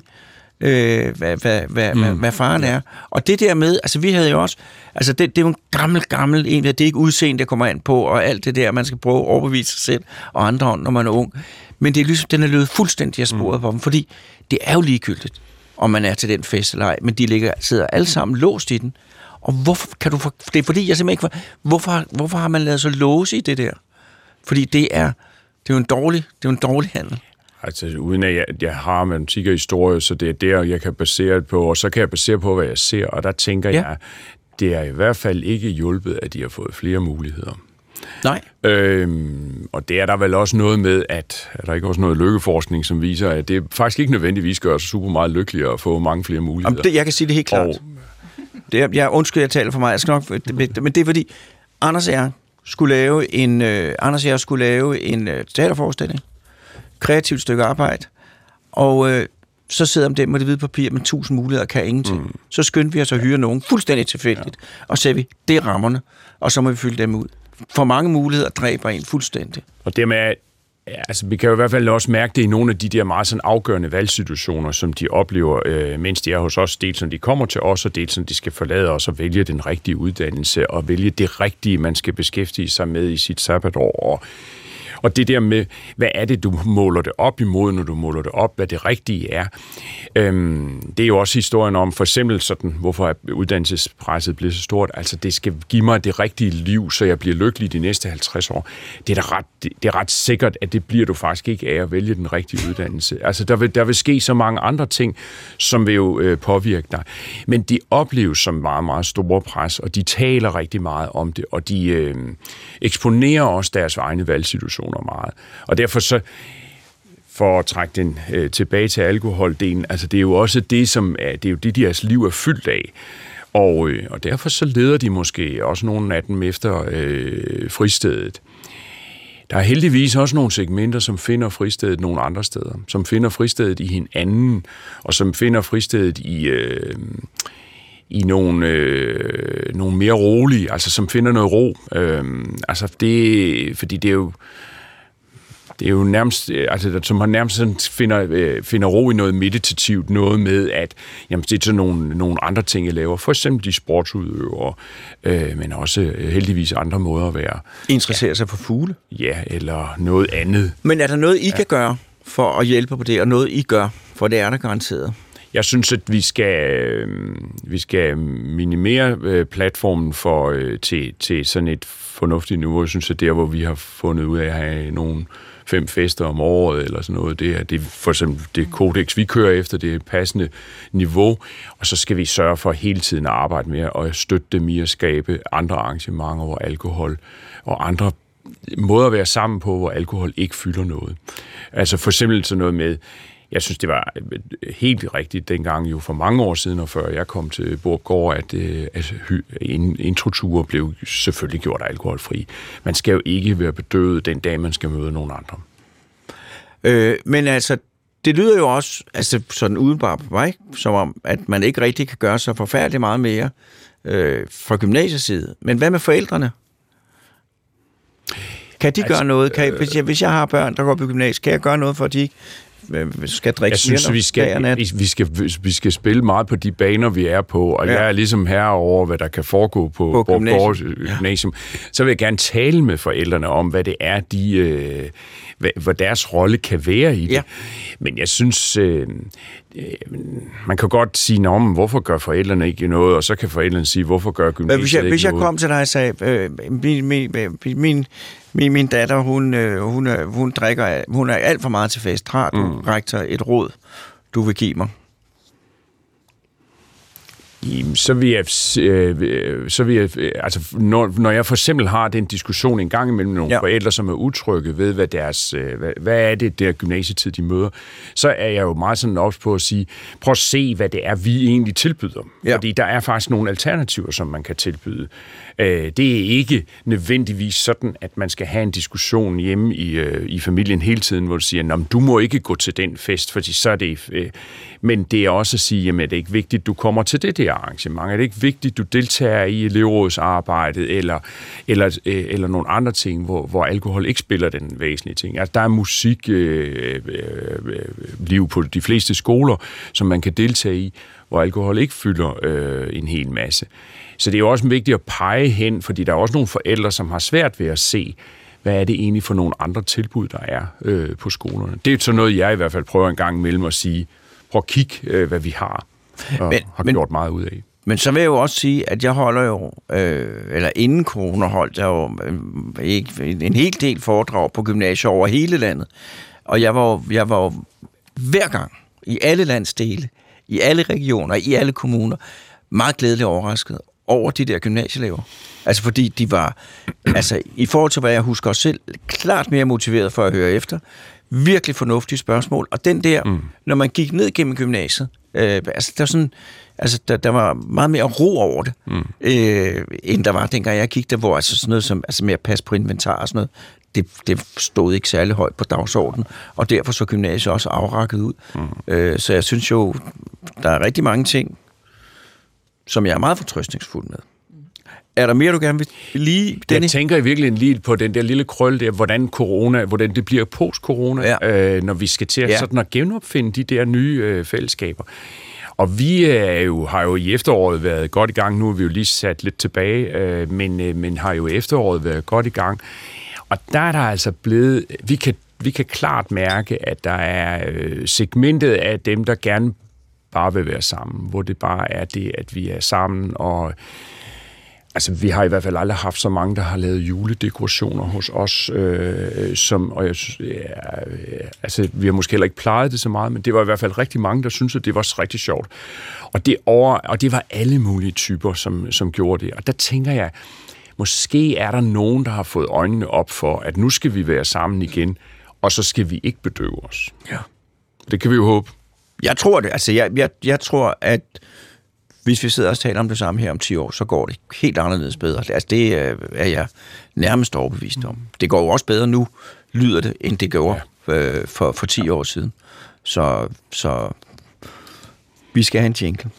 hvad faren er. Og det der med, altså vi havde jo også, altså det er jo en gammel en, det er ikke udseende, der kommer an på, og alt det der, man skal prøve at overbevise sig selv og andre, når man er ung. Men det er ligesom, den er løbet fuldstændig af sporet på dem, fordi det er jo ligegyldigt, om man er til den fest eller ej, men de sidder alle sammen låst i den. Og hvorfor kan du... Det er fordi, jeg simpelthen ikke... Hvorfor har man lavet så låse i det der? Fordi det er jo en dårlig handel. Altså, uden at jeg har matematik og historie, så det er der, jeg kan basere det på, og så kan jeg basere på, hvad jeg ser, og der tænker jeg, det er i hvert fald ikke hjulpet, at de har fået flere muligheder. Nej. Og det er der vel også noget med, at er der ikke også noget lykkeforskning, som viser, at det faktisk ikke nødvendigvis gør sig super meget lykkeligere at få mange flere muligheder. Jeg kan sige det helt klart. Undskyld, jeg taler for mig. Jeg skal nok, men det er fordi, Anders og jeg skulle lave en teaterforestilling, kreativt stykke arbejde, og så sidder de med det hvide papir med 1000 muligheder og kan ingenting. Så skyndte vi os at hyre nogen fuldstændig tilfældigt, og sagde vi, det er rammerne, og så må vi fylde dem ud. For mange muligheder dræber en fuldstændig. Og dermed, altså vi kan jo i hvert fald også mærke det i nogle af de der meget sådan afgørende valgsituationer, som de oplever, mens de er hos os, dels som de kommer til os, og dels som de skal forlade os og vælge den rigtige uddannelse, og vælge det rigtige, man skal beskæftige sig med i sit sabbatår. Og det der med, hvad er det, du måler det op imod, når du måler det op, hvad det rigtige er. Det er jo også historien om, for eksempel sådan, hvorfor uddannelsespresset bliver så stort. Altså, det skal give mig det rigtige liv, så jeg bliver lykkelig de næste 50 år. Det er ret sikkert, at det bliver du faktisk ikke af at vælge den rigtige uddannelse. Altså, der vil ske så mange andre ting, som vil jo påvirke dig. Men de opleves som meget, meget store pres, og de taler rigtig meget om det, og de eksponerer også deres egne valgsituationer meget. Og derfor så, for at trække den tilbage til alkoholdelen, altså det er jo også det, som er, det er jo det, deres liv er fyldt af. Og derfor så leder de måske også nogle af dem efter fristedet. Der er heldigvis også nogle segmenter, som finder fristedet nogle andre steder, som finder fristedet i hinanden, og som finder fristedet i nogle mere rolige, altså som finder noget ro. Fordi det er jo nærmest, altså som man nærmest finder ro i noget meditativt, noget med, at jamen, det er sådan nogle andre ting, jeg laver. For eksempel de sportsudøvere, men også heldigvis andre måder at være. Interessere sig for fugle? Ja, eller noget andet. Men er der noget, I kan gøre for at hjælpe på det, og noget, I gør, for det er der garanteret? Jeg synes, at vi skal minimere platformen til sådan et fornuftigt niveau. Jeg synes, at der, hvor vi har fundet ud af at have nogle 5 fester om året eller sådan noget, det er for eksempel det kodex, vi kører efter, det passende niveau, og så skal vi sørge for hele tiden at arbejde med at støtte dem i at skabe andre arrangementer, hvor alkohol og andre måder at være sammen på, hvor alkohol ikke fylder noget. Altså for eksempel sådan noget med, jeg synes, det var helt rigtigt dengang, jo for mange år siden, og før jeg kom til Borupgård, at introture blev selvfølgelig gjort alkoholfri. Man skal jo ikke være bedøvet den dag, man skal møde nogen andre. Men altså, det lyder jo også altså sådan udenbart på mig, som om, at man ikke rigtig kan gøre så forfærdeligt meget mere fra gymnasiets side. Men hvad med forældrene? Kan de gøre noget? Hvis jeg har børn, der går på gymnasiet, kan jeg gøre noget for, at de ikke skal drikke? Jeg synes, vi skal spille meget på de baner, vi er på, og jeg er ligesom herover, hvad der kan foregå på gymnasium. Så vil jeg gerne tale med forældrene om, hvad det er, hvad deres rolle kan være i det. Ja. Men jeg synes, man kan godt sige, hvorfor gør forældrene ikke noget, og så kan forældrene sige, hvorfor gør gymnasiet ikke noget. Hvis jeg kom til dig og sagde, min datter, hun drikker, hun er alt for meget til fest. Har du, rektor, et råd, du vil give mig? Så vil jeg altså, når jeg for eksempel har den diskussion en gang imellem nogle forældre, som er utrygge ved, hvad er det der gymnasietid, de møder, så er jeg jo meget sådan ops på at sige, prøv at se, hvad det er, vi egentlig tilbyder. Ja. Fordi der er faktisk nogle alternativer, som man kan tilbyde. Det er ikke nødvendigvis sådan, at man skal have en diskussion hjemme i familien hele tiden, hvor du siger, du må ikke gå til den fest, fordi så er det... Men det er også at sige, jamen er det ikke vigtigt, du kommer til det der arrangement? Er det ikke vigtigt, du deltager i elevrådsarbejdet eller nogle andre ting, hvor alkohol ikke spiller den væsentlige ting? Altså, der er musikliv på de fleste skoler, som man kan deltage i, hvor alkohol ikke fylder en hel masse. Så det er jo også vigtigt at pege hen, fordi der er også nogle forældre, som har svært ved at se, hvad er det egentlig for nogle andre tilbud, der er på skolerne. Det er sådan noget, jeg i hvert fald prøver en gang imellem at sige, prøv at kigge, hvad vi har, og har gjort meget ud af. Men så vil jeg jo også sige, at jeg holder jo, eller inden corona holdt jeg jo en hel del foredrag på gymnasier over hele landet. Og jeg var jo hver gang, i alle landsdele, i alle regioner, i alle kommuner, meget glædeligt overrasket over de der gymnasieelever. Altså fordi de var, altså i forhold til hvad jeg husker også selv, klart mere motiveret for at høre efter. Virkelig fornuftige spørgsmål. Og den der, når man gik ned gennem gymnasiet, altså der var sådan, altså der var meget mere ro over det, end der var dengang jeg gik der, hvor altså sådan noget som, altså med at passe på inventar og sådan noget, det stod ikke særlig højt på dagsordenen, og derfor så gymnasiet også afrakket ud. Så jeg synes jo, der er rigtig mange ting, som jeg er meget fortrøstningsfuld med. Er der mere, du gerne vil lige? Jeg tænker i virkeligheden lige på den der lille krølle der, hvordan det bliver post-corona, når vi skal til sådan at genopfinde de der nye fællesskaber. Og vi har jo i efteråret været godt i gang. Nu er vi jo lige sat lidt tilbage, men har jo i efteråret været godt i gang. Og der er der altså blevet... Vi kan klart mærke, at der er segmentet af dem, der gerne bare vil være sammen, hvor det bare er det, at vi er sammen, og altså, vi har i hvert fald aldrig haft så mange, der har lavet juledekorationer hos os, altså, vi har måske heller ikke plejet det så meget, men det var i hvert fald rigtig mange, der syntes, at det var rigtig sjovt. Og det var alle mulige typer, som gjorde det. Og der tænker jeg, måske er der nogen, der har fået øjnene op for, at nu skal vi være sammen igen, og så skal vi ikke bedøve os. Ja. Det kan vi jo håbe. Jeg tror det. Altså, jeg tror, at hvis vi sidder og taler om det samme her om 10 år, så går det helt anderledes bedre. Altså, det er jeg nærmest overbevist om. Det går jo også bedre nu, lyder det, end det gjorde for 10 år siden. Så vi skal have en jingle.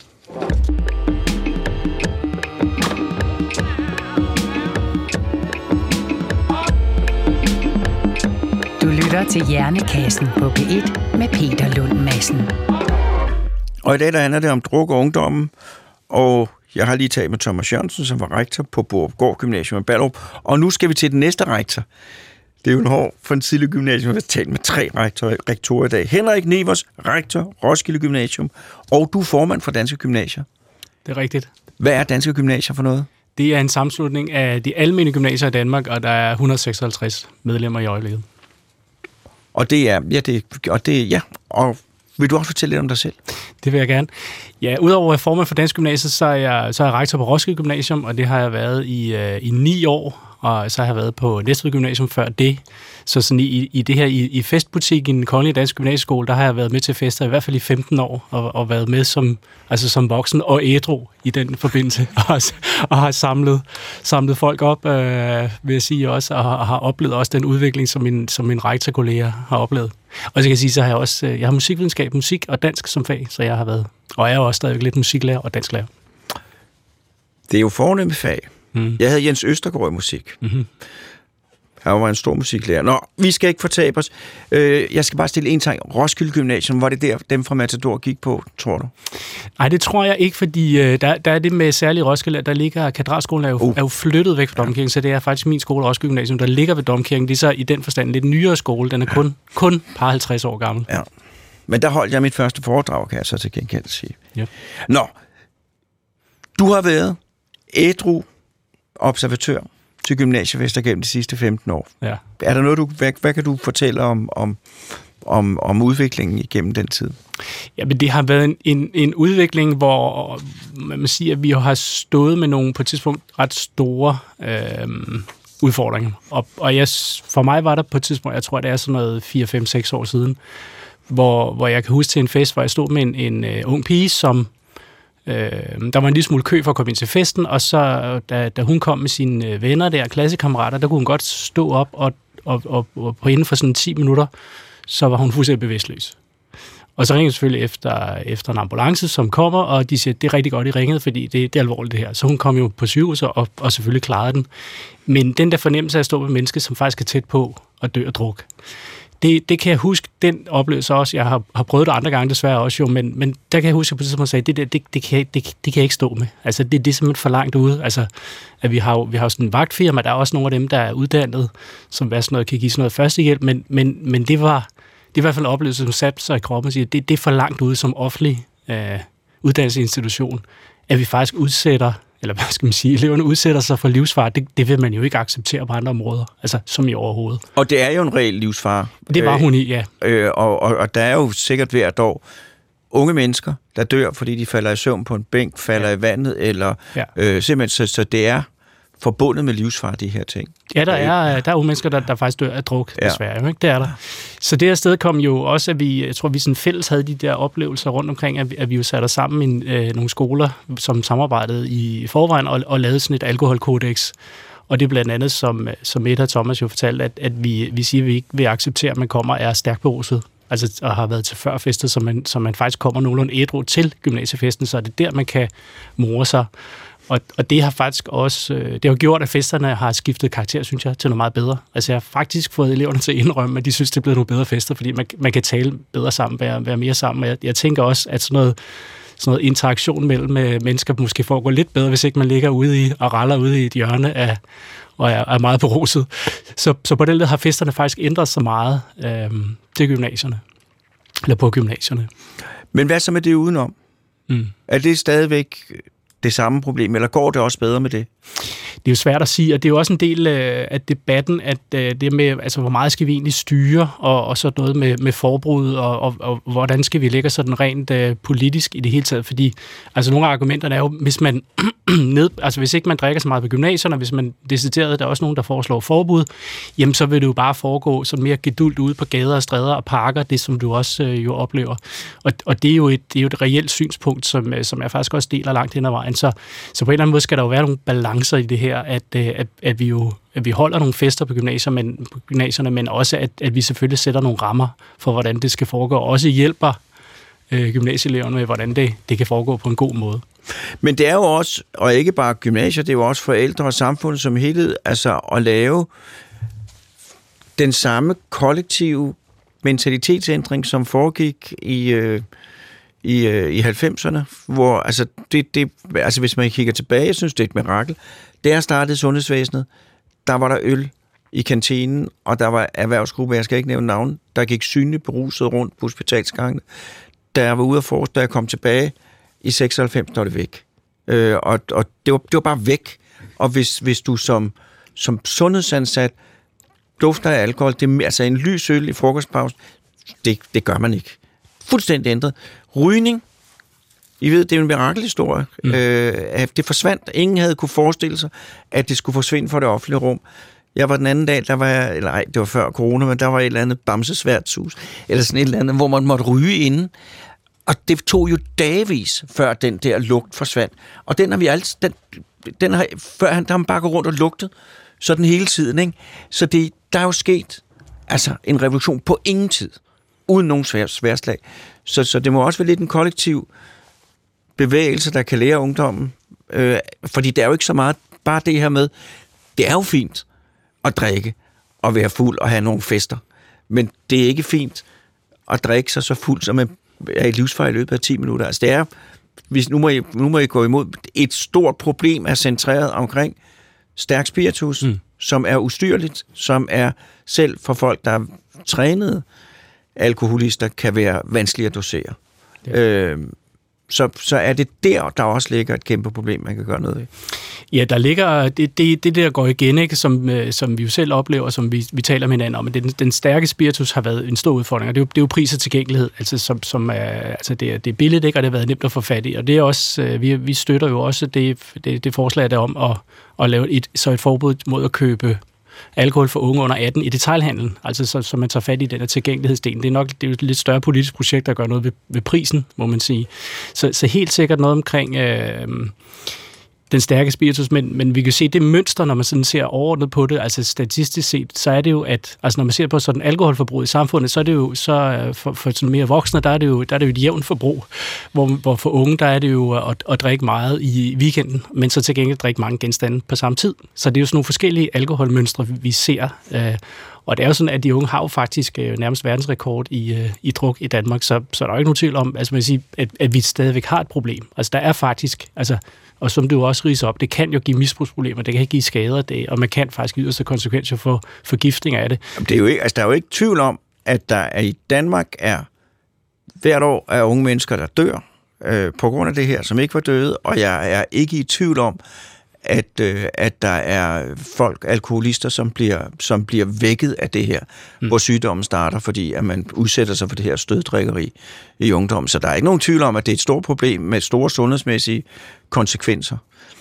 Du lytter til Hjernekassen på P1 med Peter Lund Madsen. Og i dag der handler det om druk og ungdommen, og jeg har lige talt med Thomas Jørgensen, som var rektor på Borupgård Gymnasium i Ballerup, og nu skal vi til den næste rektor. Det er jo en hård for en tidlig gymnasium, vi har talt med 3 rektorer i dag. Henrik Nevers, rektor, Roskilde Gymnasium, og du er formand for Danske Gymnasier. Det er rigtigt. Hvad er Danske Gymnasier for noget? Det er en sammenslutning af de almene gymnasier i Danmark, og der er 156 medlemmer i øjeblikket. Og det er, og vil du også fortælle lidt om dig selv? Det vil jeg gerne. Ja, udover at være formand for Dansk Gymnasium, så er jeg rektor på Roskilde Gymnasium, og det har jeg været i 9 år, og så har jeg været på Næstved Gymnasium før det. Så sådan i det her, i festbutikken i den Kongelige Danske Gymnasieskole, der har jeg været med til fester i hvert fald i 15 år, og været med som voksen og ædru i den forbindelse, og har samlet folk op, vil jeg sige også, og har oplevet også den udvikling, som min rektorkollega har oplevet. Og så kan jeg sige, så har jeg har musikvidenskab, musik og dansk som fag, så jeg har været, og jeg er også stadig lidt musiklærer og dansklærer. Det er jo fornemme fag. Jeg havde Jens Østergaard i musik. Mm-hmm. Han var en stor musiklærer. Nå, vi skal ikke fortabe os. Jeg skal bare stille en ting. Roskilde Gymnasium, var det der, dem fra Matador gik på, tror du? Nej, det tror jeg ikke, fordi der er det med særligt Roskilde, der ligger, Katedralskolen er jo flyttet væk fra Domkirken, så det er faktisk min skole, Roskilde Gymnasium, der ligger ved Domkirken. Det er så i den forstand lidt nyere skole. Den er kun par 50 år gammel. Ja. Men der holdt jeg mit første foredrag, kan jeg så til gengæld sige. Ja. Nå, du har været ædru observatør til gymnasiefester gennem de sidste 15 år. Ja. Er der noget, hvad kan du fortælle om udviklingen igennem den tid? Ja, men det har været en udvikling, hvor man siger, at vi har stået med nogle på et tidspunkt ret store udfordringer. Og for mig var der på et tidspunkt, jeg tror, det er sådan noget 4-5-6 år siden, hvor jeg kan huske til en fest, hvor jeg stod med en ung pige, som der var en lille smule kø for at komme ind til festen, og så da hun kom med sine venner der, klassekammerater, der kunne hun godt stå op, og på inden for sådan 10 minutter, så var hun fuldstændig bevidstløs. Og så ringede selvfølgelig efter en ambulance, som kommer, og de siger, det er rigtig godt, I ringede, fordi det er alvorligt det her. Så hun kom jo på sygehuset og selvfølgelig klarede den. Men den der fornemmelse af at stå med mennesker, som faktisk er tæt på at dø og druk, det kan jeg huske, den oplevelse også. Jeg har prøvet det andre gange desværre også jo, men der kan jeg huske, at jeg på det tidspunkt sagde, det kan jeg ikke stå med. Altså, det er simpelthen for langt ude. Altså, at vi har sådan en vagtfirma, der er også nogle af dem, der er uddannet, som kan give sådan noget førstehjælp, men det var i hvert fald en oplevelse, som satte sig i kroppen og siger, det er for langt ude som offentlig uddannelsesinstitution, at vi faktisk udsætter, eller hvad skal man sige, eleverne udsætter sig for livsfare. Det vil man jo ikke acceptere på andre områder, altså som i overhovedet. Og det er jo en reel livsfare. Det var hun i, ja. Og der er jo sikkert hvert år unge mennesker, der dør, fordi de falder i søvn på en bænk, falder i vandet, eller simpelthen, så det er forbundet med livsfare, de her ting. Ja, der er unge mennesker, der faktisk dør af druk, desværre. Ikke? Det er der. Så det her sted kom jo også, at jeg tror, vi sådan fælles havde de der oplevelser rundt omkring, at vi jo satte os sammen i nogle skoler, som samarbejdede i forvejen, og lavede sådan et alkoholkodex. Og det er blandt andet, som Mette og Thomas jo fortalte, at vi siger, at vi ikke vil acceptere, at man kommer og er stærkt beruset. Altså, og har været til førfester, så man faktisk kommer nogenlunde ædru til gymnasiefesten, så er det der, man kan more sig. Og det har faktisk også, det har gjort, at festerne har skiftet karakter, synes jeg, til noget meget bedre. Altså jeg har faktisk fået eleverne til at indrømme, at de synes, det er blevet nogle bedre fester, fordi man kan tale bedre sammen, være mere sammen. Jeg tænker også, at sådan noget interaktion mellem mennesker måske foregår lidt bedre, hvis ikke man ligger ude i og raller ude i et hjørne og er meget beruset. Så på den led har festerne faktisk ændret sig meget til gymnasierne, eller på gymnasierne. Men hvad så med det udenom? Er det stadigvæk det samme problem, eller går det også bedre med det? Det er jo svært at sige, og det er jo også en del af debatten, at det med, altså hvor meget skal vi egentlig styre, og så noget med forbrud, og hvordan skal vi lægge sådan rent politisk i det hele taget, fordi altså nogle af argumenterne er jo, hvis man hvis ikke man drikker så meget på gymnasierne, hvis man decideret, der er også nogen, der foreslår forbud, jamen så vil det jo bare foregå sådan mere gedulgt ude på gader og stræder og parker, det som du også jo oplever. Og det er jo et reelt synspunkt, som jeg faktisk også deler langt hen ad vejen. Så på en eller anden måde skal der jo være nogle balancer i det her, at vi holder nogle fester på gymnasierne, men også at vi selvfølgelig sætter nogle rammer for, hvordan det skal foregå, og også hjælper gymnasieeleverne med, hvordan det kan foregå på en god måde. Men det er jo også, og ikke bare gymnasier, det er jo også forældre og samfundet som helhed, altså at lave den samme kollektive mentalitetsændring, som foregik i 90'erne, hvor altså altså hvis man kigger tilbage, jeg synes, det er et mirakel. Der startede sundhedsvæsenet, der var der øl i kantinen, og der var erhvervsgrupper, jeg skal ikke nævne navn, der gik synligt beruset rundt på hospitalsgangene. Da jeg var ude at forske, da jeg kom tilbage i 96, der var det væk. Og det var bare væk. Og hvis du som sundhedsansat dufter af alkohol, altså en lys øl i frokostpause, det gør man ikke. Fuldstændig ændret. Rygning, I ved, det er jo en mirakelhistorie. Det forsvandt. Ingen havde kunne forestille sig, at det skulle forsvinde fra det offentlige rum. Jeg var den anden dag, det var før corona, men der var et eller andet bamsesværtshus, eller sådan et eller andet, hvor man måtte ryge inden. Og det tog jo dagevis, før den der lugt forsvandt. Og den har vi altid, der har man bare gået rundt og lugtet, sådan hele tiden, ikke? Så der er jo sket altså en revolution på ingen tid, uden nogen sværslag. Så det må også være lidt en kollektiv bevægelse, der kan lære ungdommen. Fordi det er jo ikke så meget bare det her med, det er jo fint at drikke og være fuld og have nogle fester. Men det er ikke fint at drikke sig så fuld, som man er i livsfare i løbet af 10 minutter. Altså det er, nu må I gå imod, et stort problem er centreret omkring stærk spiritus, som er ustyrligt, som er selv for folk, der er trænede alkoholister, kan være vanskelige at dosere. Ja. Så er det der også ligger et kæmpe problem, man kan gøre noget ved. Ja, der ligger det der går igen, ikke, som vi jo selv oplever, som vi taler med hinanden om. Den stærke spiritus har været en stor udfordring, og det er jo pris og tilgængelighed, altså som er, altså det er billigt, ikke, og det har været nemt at få fat i. Og det er også, vi støtter jo også det forslag der om at lave et forbud mod at købe alkohol for unge under 18 i detailhandlen, altså så man tager fat i den her tilgængelighedsdelen. Det er jo et lidt større politisk projekt, der gør noget ved prisen, må man sige. Så helt sikkert noget omkring den stærke spiritus, men vi kan se det mønster, når man sådan ser overordnet på det, altså statistisk set, så er det jo, at altså når man ser på sådan alkoholforbrug i samfundet, så er det jo for sådan mere voksne, der er det jo et jævnt forbrug, hvor for unge, der er det jo at drikke meget i weekenden, men så til gengæld drikke mange genstande på samme tid. Så det er jo sådan nogle forskellige alkoholmønstre, vi ser, og det er jo sådan, at de unge har jo faktisk nærmest verdensrekord i druk i Danmark, så er der jo ikke nogen tvivl om, altså man siger, at vi stadigvæk har et problem. Altså der er faktisk, og som du også ridser op, det kan jo give misbrugsproblemer, det kan give skader, og man kan faktisk yderste konsekvenser for forgiftning af det. Det er jo ikke, der er jo ikke tvivl om, at der er i Danmark hvert år er unge mennesker, der dør på grund af det her, som ikke var døde, og jeg er ikke i tvivl om, at der er folk, alkoholister, som bliver vækket af det her, hvor sygdommen starter, fordi at man udsætter sig for det her støddrikkeri i ungdom. Så der er ikke nogen tvivl om, at det er et stort problem med store sundhedsmæssige konsekvenser.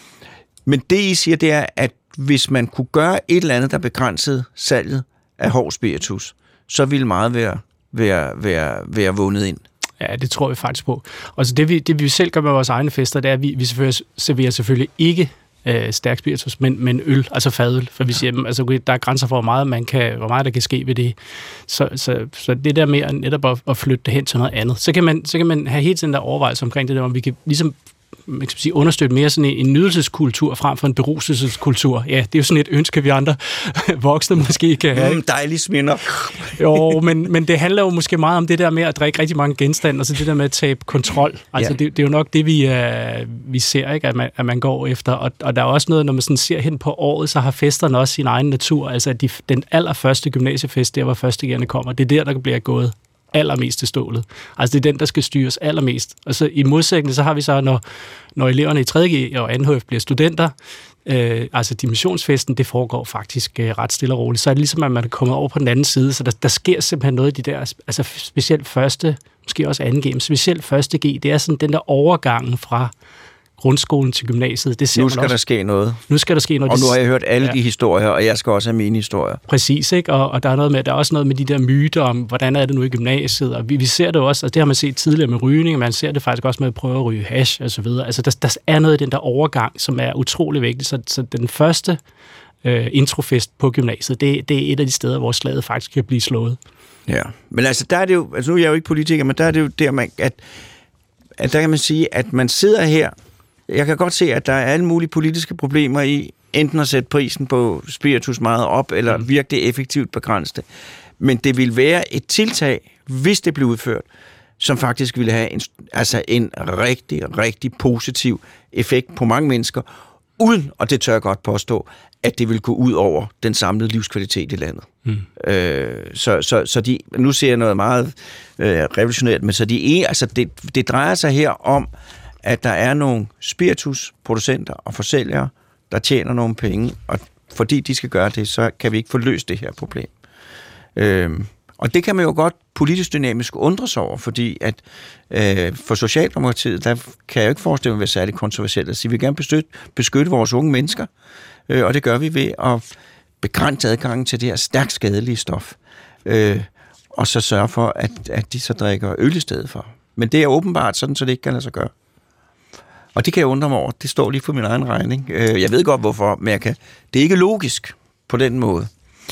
Men det, I siger, det er, at hvis man kunne gøre et eller andet, der begrænsede salget af hård spiritus, så ville meget være vundet ind. Ja, det tror vi faktisk på. Og så det vi selv gør med vores egne fester, det er, at vi serverer selvfølgelig ikke stærk spiritus, men øl, altså fadøl, for vi siger, altså der er grænser for, hvor meget der kan ske ved det. Så det der med netop at flytte det hen til noget andet. Så kan man have helt den der overvejelse omkring det der, om vi kan ligesom man kan sige, understøtte mere sådan en nydelseskultur frem for en beruselseskultur. Ja, det er jo sådan et ønske, vi andre voksne måske kan have. Dejlig sminder. Jo, men det handler jo måske meget om det der med at drikke rigtig mange genstande, og så det der med at tabe kontrol. Altså, det er jo nok det, vi ser, ikke, at man går efter. Og der er også noget, når man sådan ser hen på året, så har festerne også sin egen natur. Altså, den allerførste gymnasiefest, der hvor førstegærende kommer, det er der bliver gået allermest til stålet. Altså det er den, der skal styres allermest. Og så i modsætning, så har vi så, når eleverne i 3.G og 2.HF bliver studenter, altså dimensionsfesten, det foregår faktisk ret stille og roligt. Så er det ligesom, at man er kommet over på den anden side, så der sker simpelthen noget i de der, altså specielt første, måske også 2.G, men specielt 1.G, det er sådan den der overgangen fra grundskolen til gymnasiet. Det ser nu skal der ske noget. Nu skal der ske noget. Og nu har jeg hørt alle de historier, og jeg skal også have mine historier. Præcis, ikke? Og der er også noget med de der myter om, hvordan er det nu i gymnasiet, og vi ser det også, og det har man set tidligere med rygning, og man ser det faktisk også med at prøve at ryge hash og så videre. Altså der er noget i den der overgang, som er utrolig vigtigt. Så den første introfest på gymnasiet, det er et af de steder, hvor slaget faktisk kan blive slået. Ja, men altså der er det jo, altså nu er jeg jo ikke politiker, men der er det jo der, at der kan man sige, at man sidder her. Jeg kan godt se, at der er alle mulige politiske problemer i enten at sætte prisen på spiritus meget op, eller virkelig effektivt begrænse det. Men det vil være et tiltag, hvis det bliver udført, som faktisk ville have en rigtig, rigtig positiv effekt på mange mennesker, uden, og det tør jeg godt påstå, at det vil gå ud over den samlede livskvalitet i landet. Så nu ser jeg noget meget revolutionært, men så det drejer sig her om, at der er nogle spiritusproducenter og forsælgere, der tjener nogle penge, og fordi de skal gøre det, så kan vi ikke få løst det her problem. Og det kan man jo godt politisk dynamisk undre sig over, fordi at for Socialdemokratiet, der kan jeg jo ikke forestille mig at være særlig kontroversielt at sige, vi vil gerne beskytte vores unge mennesker, og det gør vi ved at begrænse adgangen til det her stærkt skadelige stof, og så sørge for, at de så drikker øl i stedet for. Men det er åbenbart sådan, så det ikke kan lade sig gøre. Og det kan jeg undre mig over. Det står lige for min egen regning. Jeg ved godt, hvorfor, men det er ikke logisk på den måde.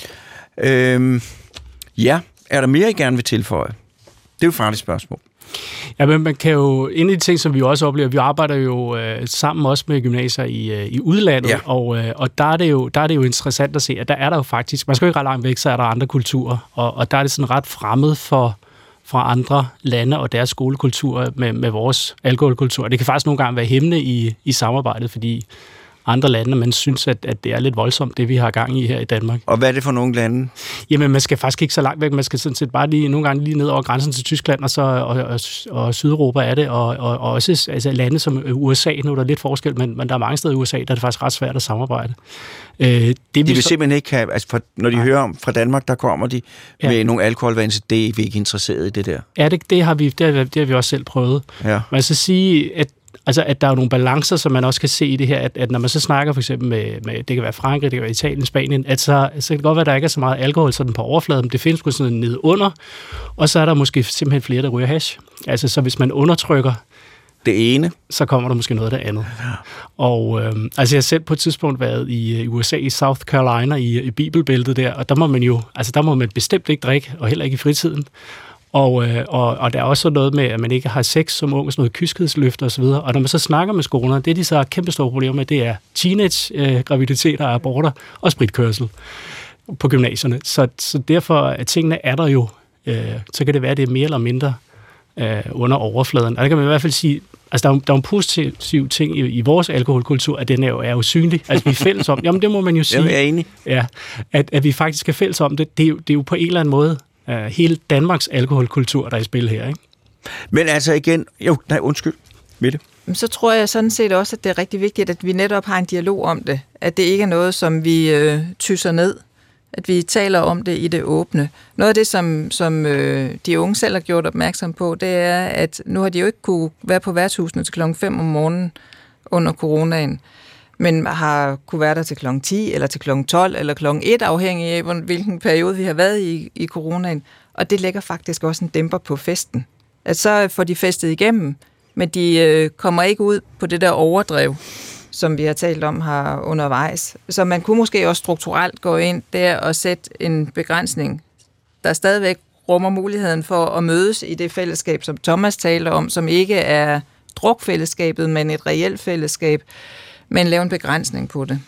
Ja, er der mere, I gerne vil tilføje? Det er jo faktisk et spørgsmål. Ja, men man kan jo, en af de ting, som vi også oplever, vi arbejder jo sammen også med gymnasier i udlandet, ja. Og der er det jo interessant at se, at der er der jo faktisk, man skal jo ikke ret langt væk, så er der andre kulturer, og der er det sådan ret fremmed fra andre lande og deres skolekultur med vores alkoholkultur. Det kan faktisk nogle gange være hæmmende i samarbejdet, fordi andre lande, man synes, at det er lidt voldsomt, det vi har gang i her i Danmark. Og hvad er det for nogle lande? Jamen, man skal faktisk ikke så langt væk. Man skal sådan set bare nogle gange lige ned over grænsen til Tyskland, og Sydeuropa er det, og også altså lande som USA. Nu er der lidt forskel, men der er mange steder i USA, der er det faktisk ret svært at samarbejde. De vil simpelthen ikke have, altså når de hører om fra Danmark, der kommer de med nogle alkoholvaner, det er vi ikke interesseret i det der. Ja, det har vi også selv prøvet. Ja. Man skal sige, at der er nogle balancer, som man også kan se i det her, at når man så snakker for eksempel med det kan være Frankrig, det kan være Italien, Spanien, at så kan det godt være, at der ikke er så meget alkohol sådan på overfladen, men det findes sgu sådan nede under, og så er der måske simpelthen flere, der ryger hash. Altså, så hvis man undertrykker det ene, så kommer der måske noget af det andet. Ja. Og jeg har selv på et tidspunkt været i USA, i South Carolina, i Bibelbæltet der, og der må man bestemt ikke drikke, og heller ikke i fritiden. Og der er også noget med, at man ikke har sex som ung, sådan noget kyskhedslyfter osv. Og når man så snakker med skolerne, det de så har kæmpe store problemer med, det er teenage-graviditeter, aborter og spritkørsel på gymnasierne. Så derfor er tingene er der jo. Så kan det være, at det er mere eller mindre under overfladen. Og der kan man i hvert fald sige, altså der er en positiv ting i vores alkoholkultur, at den er jo synlig. Altså vi er fælles om, jamen det må man jo sige. Jeg er enig. Ja, at vi faktisk er fælles om det. Det er jo på en eller anden måde hele Danmarks alkoholkultur, der er i spil her, ikke? Men altså igen, undskyld, Mette. Så tror jeg sådan set også, at det er rigtig vigtigt, at vi netop har en dialog om det. At det ikke er noget, som vi tysser ned. At vi taler om det i det åbne. Noget af det, som de unge selv har gjort opmærksom på, det er, at nu har de jo ikke kunne være på værtshusene til klokken 5 om morgenen under coronaen, men har kunne være der til klokken 10, eller til klokken 12, eller klokken 1, afhængig af, hvilken periode vi har været i coronaen. Og det lægger faktisk også en dæmper på festen. At så får de festet igennem, men de kommer ikke ud på det der overdrev, som vi har talt om her undervejs. Så man kunne måske også strukturelt gå ind der og sætte en begrænsning, der stadigvæk rummer muligheden for at mødes i det fællesskab, som Thomas taler om, som ikke er drukfællesskabet, men et reelt fællesskab, men lave en begrænsning på det.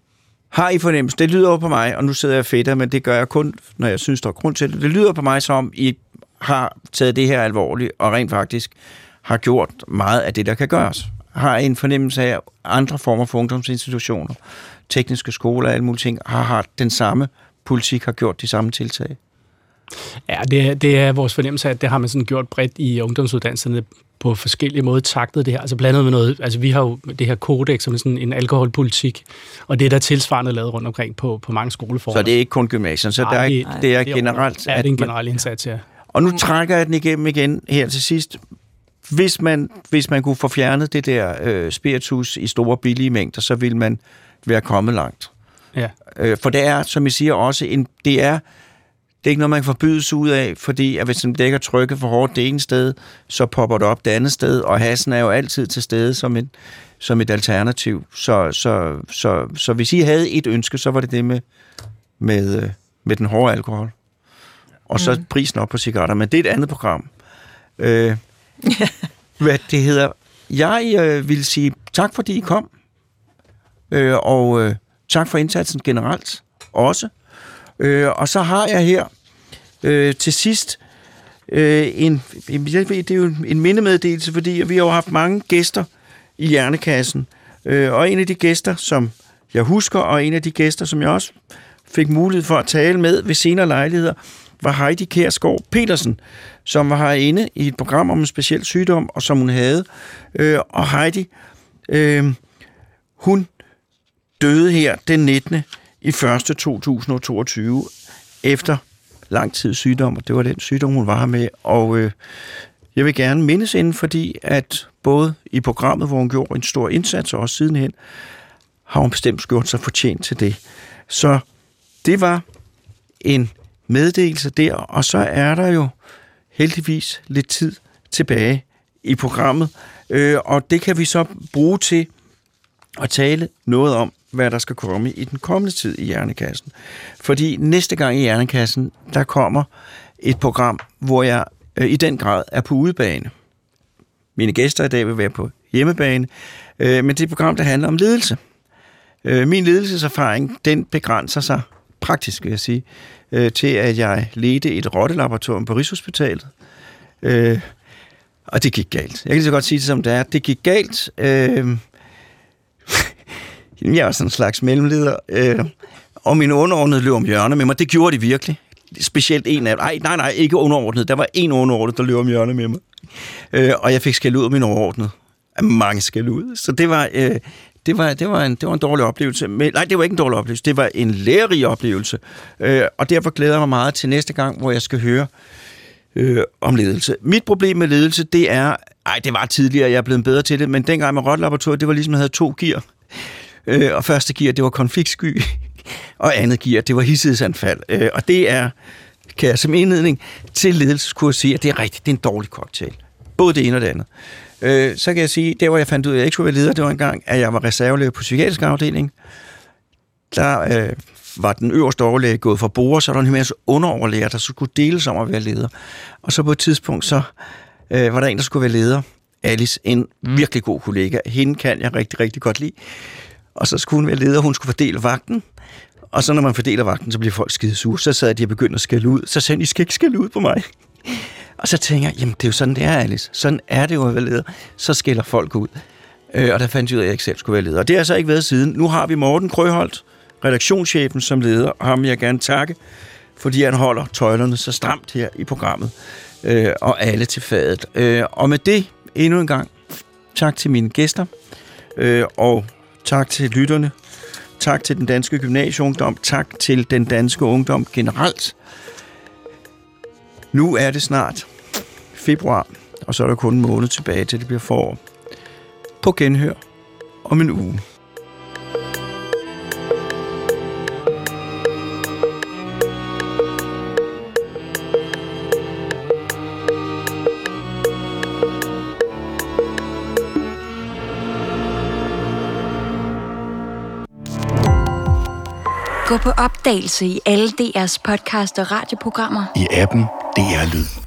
Har I fornemmelse? Det lyder på mig, og nu sidder jeg fedter, men det gør jeg kun, når jeg synes, der er grund til det. Det lyder på mig, som I har taget det her alvorligt, og rent faktisk har gjort meget af det, der kan gøres. Har I en fornemmelse af andre former for ungdomsinstitutioner, tekniske skoler og alle mulige ting, har den samme politik, har gjort de samme tiltag? Ja, det er vores fornemmelse af, at det har man sådan gjort bredt i ungdomsuddannelserne på forskellige måder taktet det her. Altså blandt andet med noget, altså vi har jo det her kodex, som er sådan en alkoholpolitik, og det er der tilsvarende lavet rundt omkring på mange skoleformer. Så det er ikke kun gymnasiet, så det er generelt. Ja, det er en generel indsats, ja. Og nu trækker jeg den igennem igen her til sidst. Hvis man kunne få fjernet det der spiritus i store billige mængder, så ville man være kommet langt. Ja. For det er, som jeg siger, også det er ikke noget, man kan forbydes ud af, fordi at hvis man dækker trykket for hårdt det ene sted, så popper det op det andet sted, og hassen er jo altid til stede som et alternativ. Så hvis I havde et ønske, så var det det med den hårde alkohol. Og så prisen op på cigaretter. Men det er et andet program. Hvad det hedder. Jeg vil sige tak, fordi I kom. Og tak for indsatsen generelt også. Og så har jeg her til sidst det er jo en mindemeddelelse, fordi vi har jo haft mange gæster i Hjernekassen. Og en af de gæster, som jeg husker, og en af de gæster, som jeg også fik mulighed for at tale med ved senere lejligheder, var Heidi Kjærsgaard Petersen, som var herinde i et program om en speciel sygdom, og som hun havde. Og Heidi, hun døde her den 19. i 1. 2022, efter lang tid sygdom, og det var den sygdom, hun var her med. Og jeg vil gerne mindes hende, fordi at både i programmet, hvor hun gjorde en stor indsats, og også sidenhen, har hun bestemt gjort sig fortjent til det. Så det var en meddelelse der, og så er der jo heldigvis lidt tid tilbage i programmet, og det kan vi så bruge til at tale noget om, hvad der skal komme i den kommende tid i Hjernekassen. Fordi næste gang i Hjernekassen, der kommer et program, hvor jeg i den grad er på udebane. Mine gæster i dag vil være på hjemmebane, men det er et program, der handler om ledelse. Min ledelseserfaring, den begrænser sig praktisk, vil jeg sige, til at jeg ledte et rottelaboratorium på Rigshospitalet. Og det gik galt. Jeg kan så godt sige det, som det er. Det gik galt. Jeg var sådan en slags mellemleder, og min underordnede løb om hjørnet med mig. Det gjorde de virkelig. Specielt en af dem. Nej, ikke underordnet. Der var en underordnet, der løb om hjørnet med mig. Og jeg fik skæld ud af min overordnede. Mange skæld ud. Så det var en dårlig oplevelse. Men, nej, det var ikke en dårlig oplevelse. Det var en lærerig oplevelse. Og derfor glæder jeg mig meget til næste gang, hvor jeg skal høre om ledelse. Mit problem med ledelse, det er... det var tidligere, jeg er blevet bedre til det, men dengang med Rottelaboratoriet, det var ligesom, at jeg havde 2 gear. Og første gear, det var konfliktsky, og andet gear, det var hidsihedsanfald. Og det er, kan jeg som indledning til ledelseskurs sige, at det er rigtigt, det er en dårlig cocktail. Både det ene og det andet. Så kan jeg sige, der hvor jeg fandt ud af, at jeg ikke skulle være leder, det var engang, at jeg var reservelæge på psykiatrisk afdeling. Der var den øverste overlæge gået fra bord, så der var en masse underoverlæger, der skulle deles om at være leder. Og så på et tidspunkt, så var der en, der skulle være leder. Alice, en virkelig god kollega. Hende kan jeg rigtig, rigtig godt lide. Og så skulle hun være leder, hun skulle fordele vagten. Og så når man fordeler vagten, så bliver folk skidesure. Så sad de og begyndte at skælde ud. Så sagde de, I skal ikke skælde ud på mig. Og så tænker jeg, jamen det er jo sådan, det er, Alice. Sådan er det jo at være leder. Så skælder folk ud. Og der fandt jeg ud af, at jeg ikke selv skulle være leder. Og det har så ikke været siden. Nu har vi Morten Krøholt, redaktionschefen som leder. Og ham vil jeg gerne takke, fordi han holder tøjlerne så stramt her i programmet. Og alle til fadet. Og med det endnu en gang, tak til mine gæster. Og tak til lytterne. Tak til den danske gymnasieungdom. Tak til den danske ungdom generelt. Nu er det snart februar, og så er der kun en måned tilbage til det bliver forår. På genhør om en uge. Gå på opdagelse i alle DR's podcast og radioprogrammer. I appen DR Lyd.